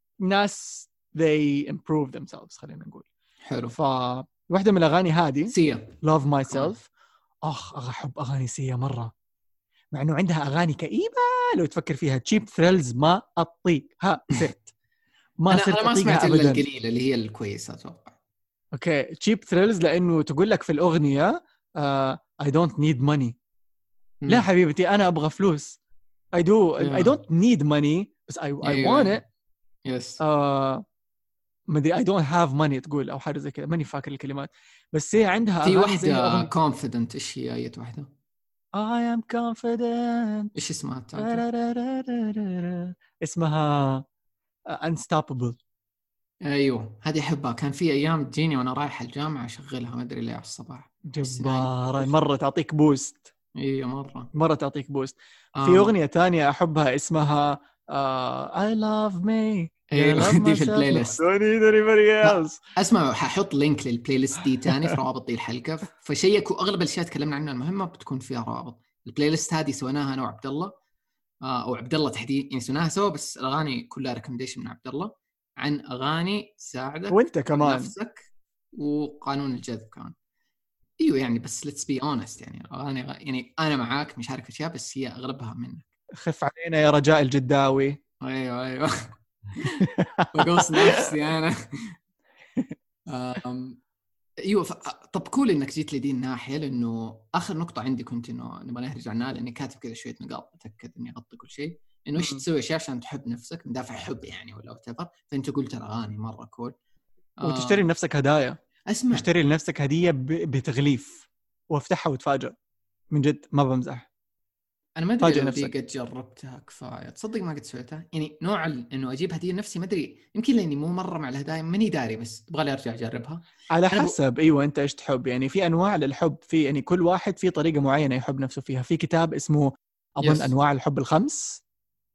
ناس they improve themselves خلينا نقول. حلو. فواحدة من الأغاني هذه سيا love myself. أخ أحب أغاني سيا مرة, مع إنه عندها أغاني كئيبة لو تفكر فيها. cheap thrills ما أطيقها صرت ما أنا صرت أنا ما سمعت إلا القليلة اللي هي الكويسة أتوقع. أوكي cheap thrills لأنه تقول لك في الأغنية uh, I don't need money. م. لا حبيبتي أنا أبغى فلوس. I do yeah. I don't need money بس I, yeah, I want it. Yes. uh, مدري I don't have money تقول أو حاجة زي كذا، ماني فاكر الكلمات، بس هي عندها في أغاني زي واحدة أغنية confident، إيش هي أي واحدة؟ I am confident. إيش اسمها الثالثة؟ اسمها Unstoppable. أيوه هذه أحبها، كان في أيام تجيني وأنا رايح الجامعة أشغلها ما أدري ليه على الصباح. جبارة مرة، تعطيك بوست. أيوه مرة مرة تعطيك بوست. في أم... أغنية تانية أحبها اسمها uh, I love me gonna أيوه love دي في myself البلاي no ليست. don't need anybody else. اسمع ححط لينك للبلاي ليست دي تاني في روابط دي الحلقة، فشيكوا أغلب الأشياء تكلمنا عنها المهمة بتكون فيها روابط. البلاي ليست هذه سويناها أنا وعبد الله، أو عبد الله تحديدا، يعني سويناها سوا، بس الأغاني كلها ريكومنديشن من عبد الله عن أغاني تساعدك وانت كمان نفسك وقانون الجذب كمان. ايوه يعني بس let's be honest، يعني اغاني يعني انا معاك مشارك في اشياء بس هي اغلبها منك. خف علينا يا رجاء الجداوي. ايوه ايوه بقوص نفسي انا. أم... ايوه ف... طب كول انك جيت لي دي الناحيه، لانه اخر نقطه عندي كنت انه نبغى نرجع عنها، لاني كاتب كذا شويه نقاط اتاكد اني اغطي كل شيء، انه ايش تسوي اشياء عشان تحب نفسك من دافع حب يعني ولا وات. فانت قلت الاغاني مره كول. وتشتري أم... لنفسك هدايا. اسمع تشتري لنفسك هدية ب... بتغليف وافتحها وتفاجأ، من جد ما بمزح. انا ما ادري فاجئ لو دي نفسك. قد جربتها كفايه، تصدق ما قد سويتها، يعني نوع ال... انه اجيب هديه لنفسي ما ادري، يمكن لاني مو مره مع الهدايا ماني داري، بس تبغى لي ارجع اجربها. على انا ب... حسب ايوه انت ايش تحب، يعني في انواع للحب، في يعني كل واحد في طريقه معينه يحب نفسه فيها. في كتاب اسمه اظن يس انواع الحب الخمس.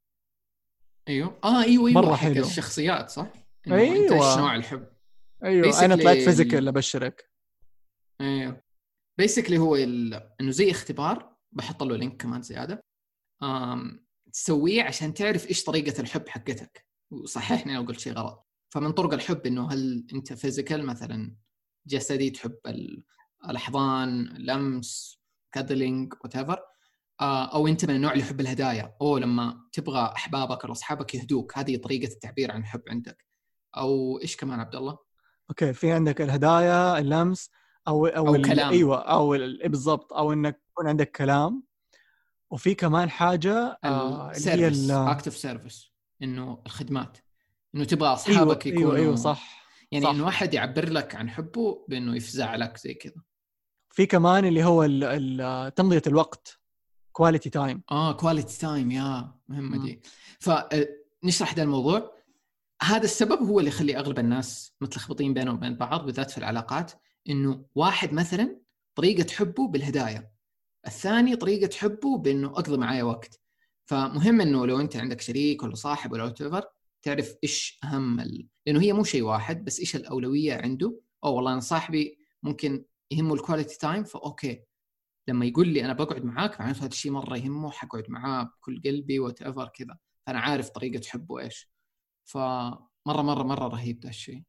ايوه اه ايوه ايوه مره حق حلو. الشخصيات صح، انه انت ايش ايوه نوع الحب. ايوه انا طلعت بيسكلي فيزيكال ال... ابشرك. ايوه بيسكلي هو ال... انه زي اختبار، بحط له لينك كمان زياده، آم... تسويه عشان تعرف ايش طريقه الحب حقتك، وصححني لو قلت شيء غلط. فمن طرق الحب انه هل انت فيزيكال مثلا جسدي، تحب الاحضان، لمس، كادلينج whatever، او انت من النوع اللي يحب الهدايا، او لما تبغى احبابك او اصحابك يهدوك، هذه طريقه التعبير عن الحب عندك. او ايش كمان عبد الله؟ اوكي في عندك الهدايا، اللمس، او او, او ال... كلام. ايوه او ال... بالضبط، او انك يكون عندك كلام. وفي كمان حاجه آه اللي هي السيرفيس، ال... اكتف سيرفيس، انه الخدمات، انه تبغى ايوه اصحابك ايوه ايوه يكونوا، صح يعني انه صح. واحد يعبر لك عن حبه بانه يفزع لك زي كذا. في كمان اللي هو ال... ال... تمضيه الوقت، كواليتي تايم. اه كواليتي تايم، يا مهمه دي. فنشرح ده الموضوع. هذا السبب هو اللي يخلي اغلب الناس متلخبطين بينهم وبين بعض، بالذات في العلاقات، انه واحد مثلا طريقه حبه بالهدايا، الثاني طريقه حبه بانه اقضي معايا وقت. فمهم انه لو انت عندك شريك ولا صاحب ولا whatever تعرف ايش اهم ال... لانه هي مو شيء واحد، بس ايش الاولويه عنده. او والله انا صاحبي ممكن يهمه الكواليتي تايم، فاوكي لما يقول لي انا بقعد معاك معناته هذا الشيء مره يهمه، حقعد معاه بكل قلبي whatever كذا، فانا عارف طريقه حبه ايش. فمره مره مره رهيب ده الشيء.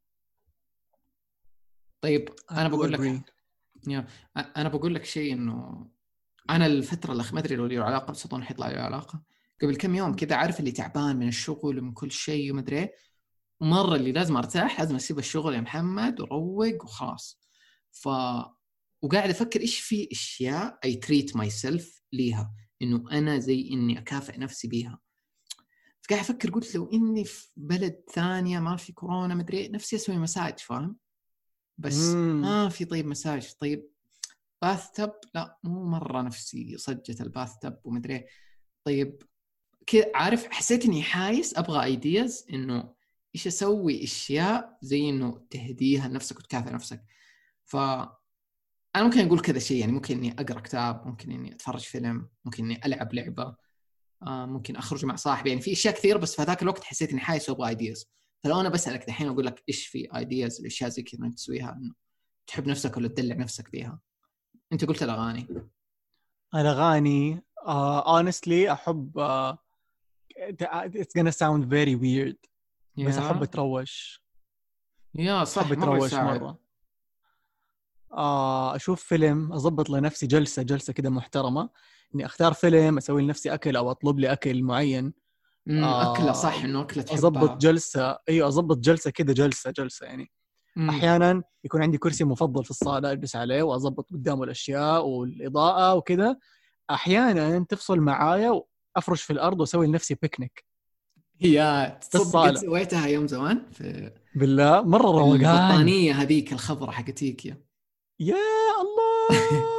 طيب I انا do بقول agree. لك، يا انا بقول لك شيء، انه انا الفتره الاخيره ما ادري لو لي علاقه، بس اظن حيطلع لي علاقه قبل كم يوم كذا، عارف اللي تعبان من الشغل ومن كل شيء وما ادري، مره اللي لازم ارتاح، لازم اسيب الشغل يا محمد وروق وخلاص. ف وقاعد افكر ايش في اشياء اي تريت ماي سيلف ليها، انه انا زي اني اكافئ نفسي بيها. فقاعد افكر قلت لو اني في بلد ثانيه ما في كورونا ما ادري، نفسي اسوي مساج فاهم، بس مم. ما في. طيب مساج، طيب باث تب، لا مو مره نفسي صجة الباث تب ومدري. طيب كذا عارف، حسيت اني حايس ابغى ايدياز انه ايش اسوي، اشياء زي انه تهديها لنفسك وتكافئ نفسك. ف انا ممكن اقول كذا شيء، يعني ممكن اني اقرا كتاب، ممكن اني اتفرج فيلم، ممكن اني العب لعبه، آه ممكن اخرج مع صاحبي، يعني في اشياء كثير، بس في هذاك الوقت حسيت اني حايس وابغى ايدياز. فلو انا بسالك دحين اقول لك ايش في ايدياز الاشياء زي كذا انت تسويها انه تحب نفسك ولا تدلع نفسك بيها، انت قلت الاغاني. الأغاني uh, honestly أحب uh, it's gonna sound very weird بس أحب يا أتروش. يا أحب صح مره أتروش يساعد. مرة. uh, أشوف فيلم، أضبط لنفسي جلسة جلسة كده محترمة، إني أختار فيلم، أسوي لنفسي أكل أو أطلب لي أكل معين. امم اكله uh, صح، انه اكله أضبط تحبها. جلسة، أيوة أضبط جلسة كده جلسة جلسة يعني. امم أحيانا يكون عندي كرسي مفضل في الصالة أجلس عليه وأضبط قدامه الأشياء والإضاءة وكده. أحيانا تفصل معايا وأفرش في الأرض وأسوي لنفسي بيكنيك هي في تصدق قد الصالة. سويتها يوم زمان في بالله مرة روقان. البطانية هذيك الخضرة حقتيك يا يا الله.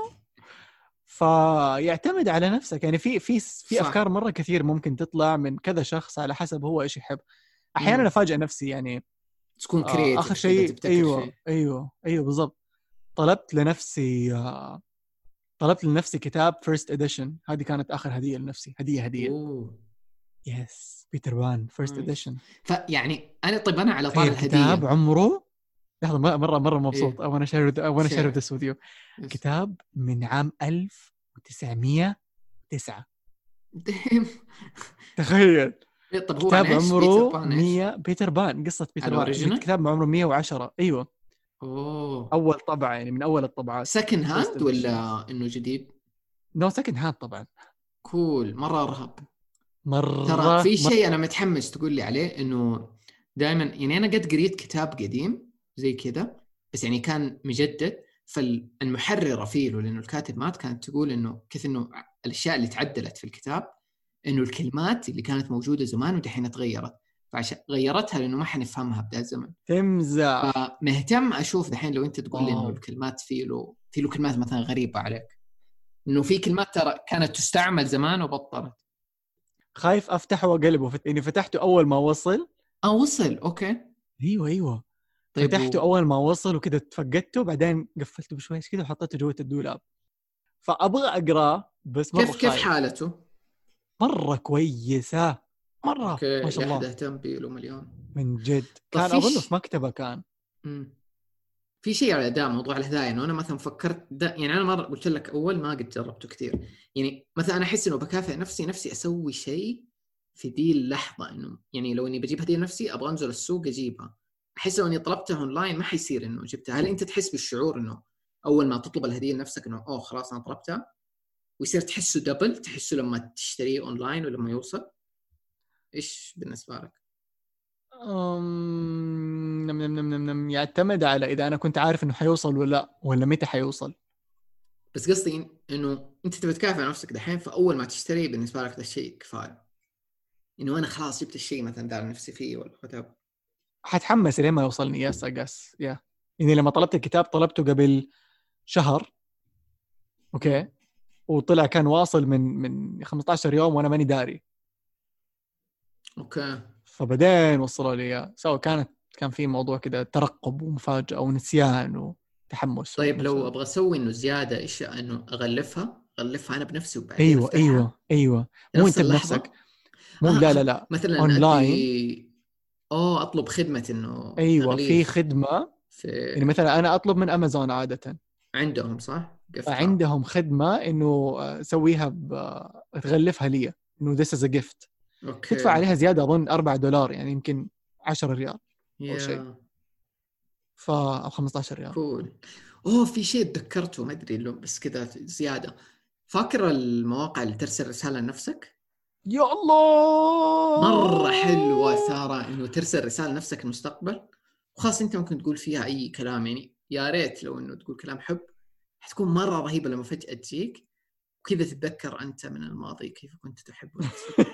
فيعتمد على نفسك يعني، في في في صح. افكار مره كثير ممكن تطلع من كذا شخص على حسب هو ايش يحب. احيانا مم. افاجئ نفسي يعني. تكون آه اخر كرييتيف كذا، شيء تبتكر ايوه شيء. ايوه ايوه بالضبط. طلبت لنفسي آه طلبت لنفسي كتاب فيرست اديشن، هذه كانت اخر هديه لنفسي، هديه هديه. اوه يس بيتر بان فيرست نايس. اديشن. فيعني انا طيب انا على طار تخيل كتاب الهدية. عمره، لحظه مره مره مبسوط ايه وانا شاري وانا شاري شير. ذس وذ. يس. كتاب من عام ألف وتسعمية وتسعة. ديم. تخيل. إيه طب هو عن كتاب ايش بيتر عمره بان ايش؟ مية، بيتر بان، قصة على بيتر بان. الاوريجينال؟ الكتاب عمره مية وعشرة. أيوة اوه. أول طبعة يعني، من أول الطبعات. سكند first هاند edition. ولا انه جديد؟ نو سكند هاند طبعا. كول مرة ارهب. ترى مرة في مرة. شيء انا متحمس تقول لي عليه، انه دائما يعني انا قد قريت كتاب قديم زي كذا، بس يعني كان مجدد، فالمحررة فيه له لانه الكاتب مات كانت تقول انه كيف انه الاشياء اللي تعدلت في الكتاب، انه الكلمات اللي كانت موجودة زمان ودحين تغيرت، فعشان غيرتها لانه ما حنفهمها بدا الزمن. تمزح. فمهتم اشوف دحين لو انت تقول لي انه واو. الكلمات فيه له في له كلمات مثلا غريبة عليك، انه في كلمات ترى كانت تستعمل زمان وبطلت. خايف أفتحه وأقلبه فت... يعني فتحته أول ما وصل. اه وصل اوكي. أيوة أيوة. طيب فتحته و... أول ما وصل وكذا تفقدته، بعدين قفلته بشوية كذا وحطيته جوة الدولاب. فأبغى أقراه بس مرة كيف كيف خايف. حالته؟ مرة كويسة. مرة ما اوكي شاء لا احد الله. اهتم به له مليون. من جد طب كان أظنه في فيش مكتبة كان. مم. في شيء على الاداء، موضوع الهدايا، انه انا مثلا فكرت ده، يعني انا مره قلت لك اول ما قد جربته كثير، يعني مثلا انا احس انه بكافئ نفسي نفسي اسوي شيء في ذي اللحظه، انه يعني لو اني بجيب هديه لنفسي ابغى انزل السوق اجيبها، احس لو اني طلبتها اونلاين ما حيصير انه جبتها. هل انت تحس بالشعور انه اول ما تطلب الهديه لنفسك انه اوه خلاص انا طلبتها، ويصير تحسه دبل، تحسه لما تشتريه اونلاين ولما يوصل؟ ايش بالنسبه لك؟ أم... نم نم نم نم نم. يعتمد على إذا أنا كنت عارف إنه حيوصل ولا لا، ولا متى حيوصل. بس قصدي انه انت تبي تكافئ نفسك دحين، فاول ما تشتري بالنسبه لك ده الشيء كفايه، انه انا خلاص جبت الشيء مثلا دار نفسي فيه ولا whatever. حتحمس لين ما يوصلني. يس أقاس يا يعني لما طلبت الكتاب طلبته قبل شهر. أوكي. مم. وطلع كان واصل من من خمسة عشر يوم وأنا ماني داري. اوكي. فبعدين وصلوا لي إياه. سو كانت كان في موضوع كده ترقب ومفاجأة ونسيان وتحمس طيب ونفس لو هذا. ابغى اسوي انه زياده ايش، انه اغلفها اغلفها انا بنفسي وبعدين أيوة افتحها أيوة أيوة. في مو نفس أنت بنفسك. اللحظه؟ مو اه لا أخ... لا لا. مثلا أونلاين. ادي، اوه اطلب خدمه انه أيوة في تغليف خدمة. في يعني مثلا أنا أطلب من أمازون عادة. عندهم صح جيفت كارد؟ فعندهم خدمة إنه سويها ب... تغلفها لي إنه this is a gift. تدفع اوكي. عليها زيادة أظن أربعة دولار يعني يمكن عشرة ريال أو شيء. يا ف أو خمسة عشر ريال. كول. اوه في شيء تذكرته ما ادري له بس كذا زياده، فاكر المواقع اللي ترسل رساله لنفسك؟ يا الله. مره حلوه ترى انه ترسل رساله لنفسك المستقبل، وخاص انت ممكن تقول فيها اي كلام، يعني يا ريت لو انه تقول كلام حب، حتكون مره رهيبه لما فجاه تجيك وكذا تتذكر انت من الماضي كيف كنت تحب نفسك.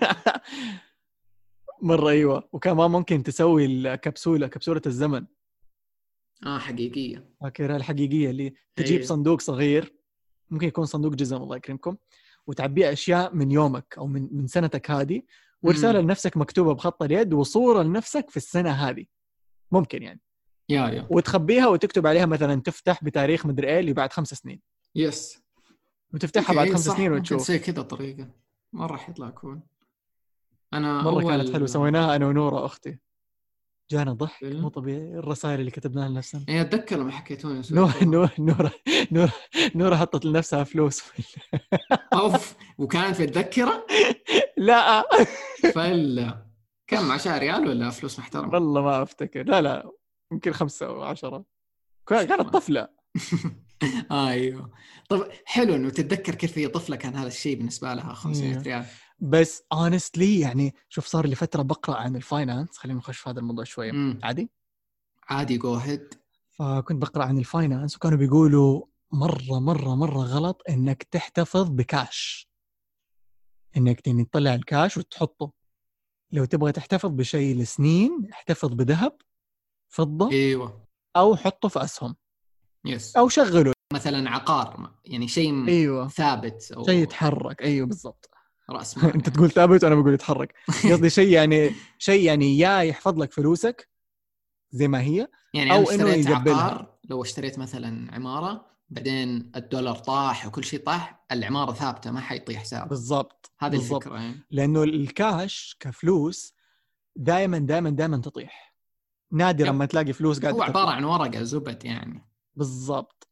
مرة أيوة. وكمان ممكن تسوي الكبسولة، كبسولة الزمن. اه حقيقيه. فاكرها الحقيقية اللي تجيب ايوه. صندوق صغير، ممكن يكون صندوق جزم الله يكرمكم، وتعبيه أشياء من يومك أو من من سنتك هذه، ورسالة امم. لنفسك مكتوبة بخط اليد وصورة لنفسك في السنة هذه. ممكن يعني. يا يا وتخبيها وتكتب عليها مثلا تفتح بتاريخ مدري ايه اللي بعد خمس سنين. يس. وتفتحها بعد اوكي خمس سنين صح ممكن تسوي وتشوف. كذا طريقه، مره حيطلع كول. انا مرة كانت حلوة، اول سويناها أنا ونورة أختي. جانا ضحك مو فيلم طبيعي الرسائل اللي كتبناها لنفسنا. يعني اتذكر لما حكيتوني نورة سويتوها. نورة نورة نورة نورة حطت لنفسها فلوس. اوف وكانت متذكره. لا فل كم عشرة ريال ولا فلوس محترمه؟ والله ما أفتكر. لا لا يمكن خمسة أو عشرة. كانت شكرا. طفلة. آه ايوه. طب حلو انه تتذكر كيف هي طفله كان هذا الشيء بالنسبه لها خمسمية إيه. ريال. بس honestly يعني شوف صار لي فترة بقرأ عن الفاينانس. خلينا نخش في هذا الموضوع شوية امم. عادي. عادي جو هيد. فكنت بقرأ عن الفاينانس وكانوا بيقولوا مرة مرة مرة غلط إنك تحتفظ بكاش، إنك يعني تطلع الكاش وتحطه. لو تبغى تحتفظ بشيء لسنين احتفظ بذهب فضة ايوه أو حطه في أسهم يس، أو شغله. مثلا عقار يعني شيء م- أيوة ثابت شيء او يتحرك. أيوة بالضبط. راس مال أنت يعني. تقول ثابت وأنا بقول يتحرك. قصدي شيء يعني شيء يعني يا يحفظ لك فلوسك زي ما هي، يعني انا أو إنه اشتريت يدبلها. عقار، لو اشتريت مثلا عماره بعدين الدولار طاح وكل شيء طاح، العماره ثابته ما حيطيح سعرها. بالضبط هذه بالضبط. الفكره يعني. لأنه الكاش كفلوس دائما دائما دائما تطيح، نادرا يب، ما تلاقي فلوس قاعدة هو عباره تطلع. عن ورقه زبد يعني. بالضبط.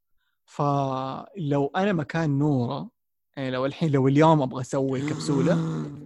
فلو أنا مكان نورة، يعني لو الحين لو اليوم أبغى أسوي كبسولة،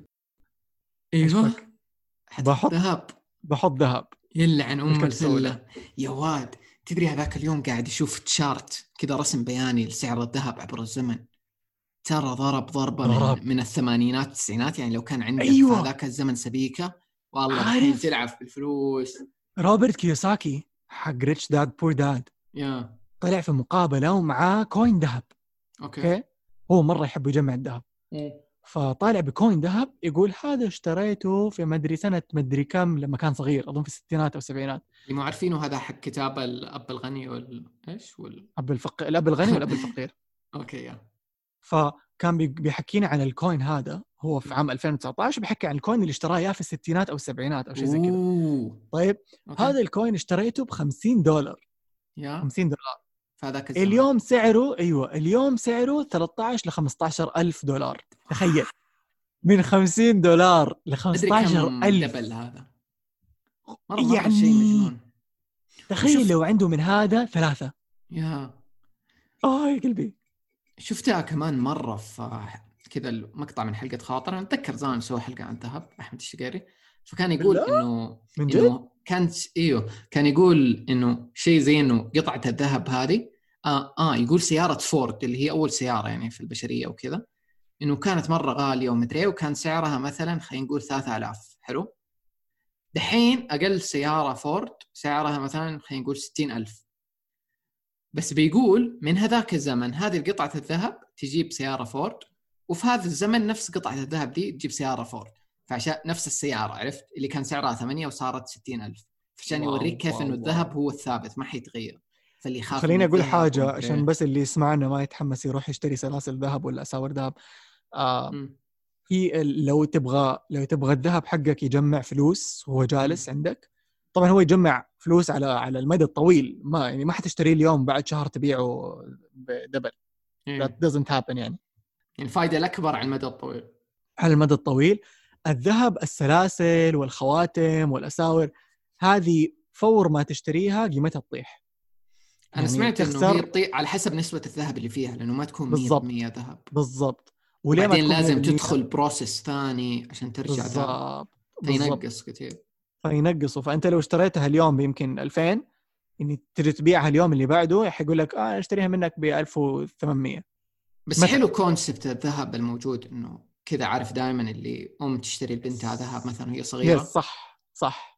إيش ايوه فك؟ حتحط بحط ذهب. بحط ذهب يلعن في ام الكبسولة. الفله يا واد. تدري هذاك اليوم قاعد اشوف تشارت كذا، رسم بياني لسعر الذهب عبر الزمن، ترى ضرب ضربه ضرب. من من الثمانينات التسعينات. يعني لو كان عندك في أيوة. هذاك الزمن سبيكه، والله دحين عارف تلعب في الفلوس. روبرت كيوساكي حق ريتش داد بور داد يا طلع في مقابلة ومعاه كوين ذهب. اوكي. اوكي. هو مرة يحب يجمع الذهب، إيه. فطالع بكوين ذهب يقول هذا اشتريته في مدري سنة مدري كم لما كان صغير، أظن في الستينات أو السبعينات. اللي مو عارفينه هذا حق كتاب الاب الغني وال ايش وال أب الفقير، الأب الغني والأب الفقير. اوكي يا فكان بي- بيحكينا عن الكوين هذا، هو في عام ألفين وتسعة عشر بيحكي عن الكوين اللي اشتراه يا في الستينات أو السبعينات أو شيء زي كذا. اوه طيب اوكي هذا الكوين اشتريته ب خمسين دولار. يا خمسين دولار. في هذاك الزمان. اليوم سعره، ايوه اليوم سعره ثلاثة عشر ل خمسة عشر ألف دولار. تخيل، من خمسين دولار ل ادري خمسة عشر كم دبل ألف. هذا. مره مره شيء يعني مجنون. تخيل وشفت لو عنده من هذا ثلاثة. يا اه يا قلبي. شفتها كمان مرة في كذا مقطع من حلقة خاطر. أنا أتذكر زمان سوى حلقة عن ذهب أحمد الشقيري، فكان يقول بالله إنه من جد. إنه كانت إيوه كان يقول إنه شيء زي إنه قطعة الذهب هذه آه, آه يقول سيارة فورد اللي هي أول سيارة يعني في البشرية وكذا، إنه كانت مرة غالية ومدري، وكان سعرها مثلا خلينا نقول ثلاثة آلاف. حلو. دحين أقل سيارة فورد سعرها مثلا خلينا نقول ستين ألف. بس بيقول من هذاك الزمن هذه قطعة الذهب تجيب سيارة فورد، وفي هذا الزمن نفس قطعة الذهب دي تجيب سيارة فورد. فعشان نفس السيارة عرفت اللي كان سعرها ثمانية وصارت ستين ألف، عشان واو يوريك كيف واو إنه واو. الذهب هو الثابت ما حيتغير. فاللي يخاف من خليني اقول الذهب حاجة ومدري عشان بس اللي يسمعنا ما يتحمس يروح يشتري سلاسل ذهب ولا اساور ذهب. آه مم. في ال- لو تبغى لو تبغى الذهب حقك يجمع فلوس وهو جالس مم. عندك، طبعا هو يجمع فلوس على على المدى الطويل، ما يعني ما حتشتريه اليوم بعد شهر تبيعه بدبل. that إيه. doesn't happen يعني. يعني الفائدة الأكبر على المدى الطويل. على المدى الطويل الذهب، السلاسل والخواتم والأساور هذه فور ما تشتريها قيمتها تطيح، أنا يعني سمعت إنه هي تخسر. تطيع على حسب نسبة الذهب اللي فيها، لأنه ما تكون مية بالضبط بالمية ذهب. بالضبط. وليه ما وبعدين تكون لازم مية بالمية؟ تدخل بروسيس ثاني عشان ترجع ذهب، بالضبط بالضبط. فينقص كثير. فينقصوا. فأنت لو اشتريتها اليوم بيمكن ألفين، يعني تجي تبيعها اليوم اللي بعده حيقول لك اه اشتريها منك ب ألف وثمانمية بس مثلا. حلو كونسبت الذهب الموجود، انه كذا عارف دائما اللي ام تشتري لبنتها ذهب مثلا وهي يس صغيره. صح صح.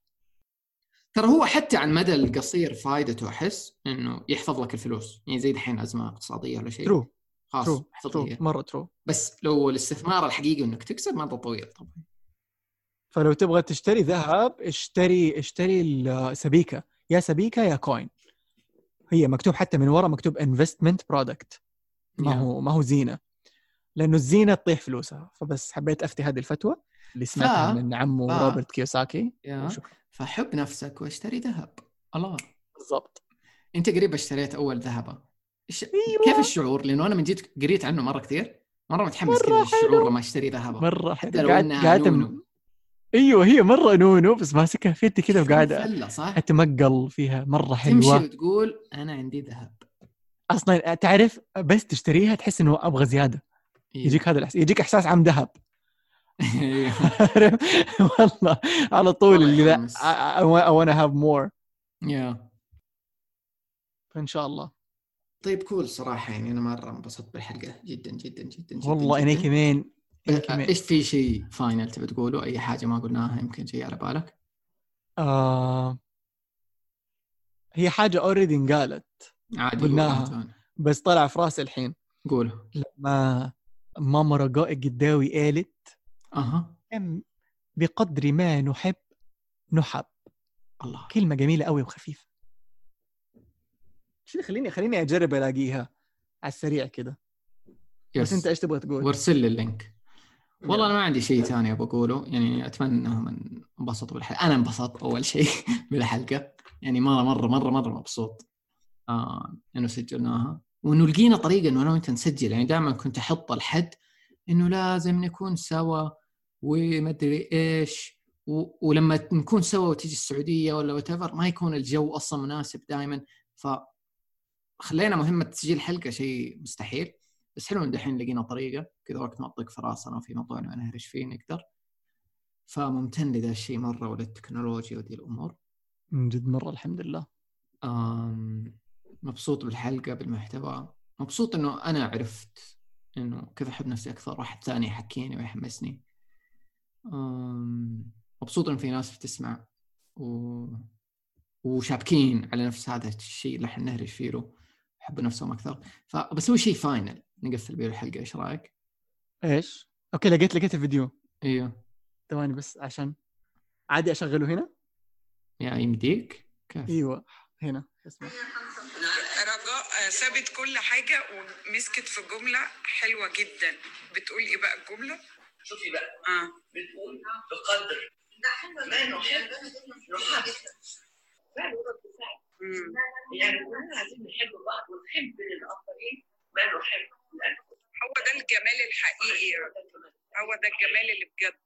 ترى هو حتى على المدى القصير فائدته احس انه يحفظ لك الفلوس، يعني زي دحين ازمه اقتصاديه ولا ترو شيء خلاص ترو احفظ ترو لي إياه. مرة ترو. بس لو الاستثمار الحقيقي انك تكسب مدى طويل طبعا. فلو تبغى تشتري ذهب اشتري اشتري السبيكة، يا سبيكة يا كوين. هي مكتوب حتى من ورا مكتوب investment product، ما يا هو ما هو زينة، لأنه الزينة تطيح فلوسها. فبس حبيت أفتي هذه الفتوى اللي ف سمعتها من ف عمه روبرت كيوساكي، يا وشكرا. فحب نفسك واشتري ذهب. الله. بالضبط. انت قريب اشتريت اول ذهبه، إيش... كيف ايوه الشعور؟ لانه انا من جد قريت عنه مره كثير، مره متحمس كذا مرة للشعور حلو. لما اشتري ذهبه مرة حتى حلو. لو قاعد انها قاعد م... نونو. ايوه هي مرة نونو بس ماسكها في يدي كذا شعور وقاعد فله صح. اتمقل فيها. مرة تمشي حلوة. وتقول انا عندي ذهب. اصلا تعرف بس تشتريها تحس انه ابغى زيادة. ايوه يجيك هذا الإحساس، يجيك احساس عم ذهب. ايوه والله على طول والله اللي لا يحمس. I, I wanna have more. يا فإن شاء الله. طيب كول صراحه، يعني انا مره انبسطت بالحلقه جدا جدا جدا جدا والله أنا جدا. كمان أنا أ- كمان. ايش في شيء فاينل تبي تقوله؟ اي حاجه ما قلناها يمكن شيء على بالك؟ آه هي حاجة already انقالت عادي قول عادي قلناها، ثاني. بس طلع في راسي الحين. قول. لما ماما رجاء القداوي قالت اها أم بقدر ما نحب نحب. الله كلمة جميلة قوي وخفيفة. شو خليني خليني أجرب ألاقيها على السريع كده. بس أنت إيش تبغى تقول؟ وارسل لي اللينك. والله أنا ما عندي شيء ثاني أبغى أقوله، يعني أتمنى أنهم انبسطوا بالحلقة. أنا انبسطت أول شيء بالحلقة، يعني مرة مرة مرة مرة مبسوط آه إنه سجلناها، وإنه لقينا طريقة إنه أنا وأنت نسجل. يعني دائما كنت أحط الحد إنه لازم نكون سوا وما أدري إيش، و... ولما نكون سوا وتيجي السعودية ولا whatever ما يكون الجو أصلا مناسب دائما، فخلينا مهمة تسجيل حلقة شيء مستحيل. بس حلو إن دحين لقينا طريقة كذا وقت ما أطلق في راسنا في موضوع إنه نهرش فيه نقدر. فممتن لذا الشيء مرة، وللتكنولوجيا ودي الأمور من جد مرة الحمد لله. آم... مبسوط بالحلقة، بالمحتوى، مبسوط إنه أنا عرفت إنه كيف أحب نفسي أكثر، واحد ثاني يحكيني ويحمسني. أم... مبسوط إن في ناس بتسمع و... وشابكين على نفس هذا الشيء اللي احنا نهرج فيه له، يحبوا نفسهم أكثر. فبسوي شيء فاينل نقفل بيه الحلقة، إيش رأيك؟ إيش؟ أوكي لقيت لقيت الفيديو. أيوه ثواني بس عشان عادي أشغله هنا. يا يمديك كيف؟ أيوه هنا اسمع. رجاء سابت كل حاجة ومسكت في جملة حلوة جدا. بتقول إيه بقى الجملة؟ شوفي بقى آه. بتقول بقدر ما نحب نحب يعني كلنا عايزين نحب بعض ونحب للآخرين ما نحب لأنفسنا. هو ده الجمال الحقيقي، هو ده الجمال اللي بجد.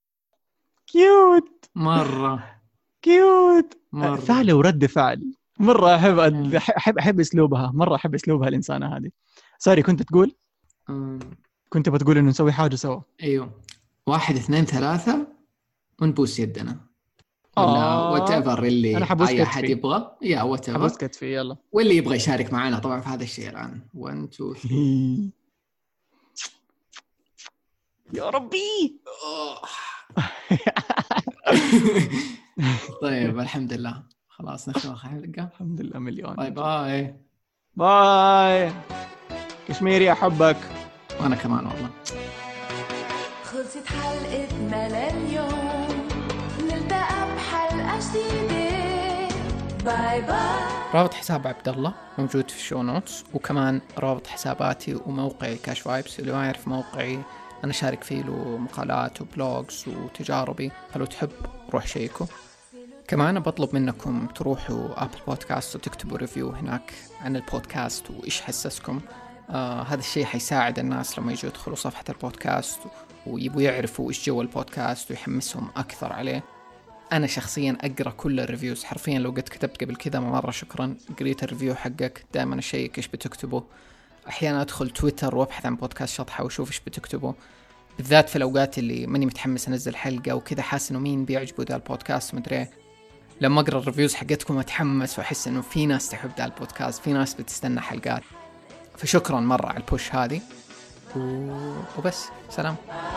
كيوت مرة كيوت مرة. فعل ورد فعل. مرة أحب أحب أحب أسلوبها، مرة أحب أسلوبها الإنسانة هذه. سوري كنت تقول أم... كنت بتقول إنه نسوي حاجة سوا. أيوه واحد اثنين ثلاثة ونبوس يدنا ولا آه. whatever اللي أنا حبوس أي أحد كتفي. يبغى يا whatever حبوس كتفي يلا. واللي يبغى يشارك معنا طبعا في هذا الشيء الآن واحد اثنين ثلاثة. يا ربي. طيب الحمد لله خلاص نختم الحلقة. الحمد لله مليون. باي باي باي كشميري أحبك. وأنا كمان والله. خلصت حلقة ملل اليوم، نلتقى بحلقة جديدة. باي باي. رابط حساب عبد الله موجود في الشو نوتس، وكمان رابط حساباتي وموقعي كاش فايبس. اللي ما يعرف موقعي أنا شارك فيه له مقالات وبلوجز وتجاربي، فلو تحب روح شيكو. كمان بطلب منكم تروحوا أبل بودكاست وتكتبوا ريفيو هناك عن البودكاست وإيش حسسكم. آه هذا الشيء حيساعد الناس لما يجوا يدخلوا صفحة البودكاست ويبوا يعرفوا إيش جو البودكاست ويحمسهم أكثر عليه. أنا شخصيا أقرأ كل الريفيوز حرفيا، لو قد كتبت قبل كذا مرة شكرا، قريت الريفيو حقك. دائما أشيك إيش بتكتبه. أحيانا أدخل تويتر وأبحث عن بودكاست شطحة وأشوف إيش بتكتبه، بالذات في الأوقات اللي ماني متحمس أنزل حلقة وكذا، حاسس إنه مين بيعجبه ذا البودكاست مدري. لما أقرأ الريفيوز حقتكم أتحمس وأحس إنه في ناس تحب ذا البودكاست، في ناس بتستنى حلقات. فشكرا مرة على البوش هذه وبس. سلام.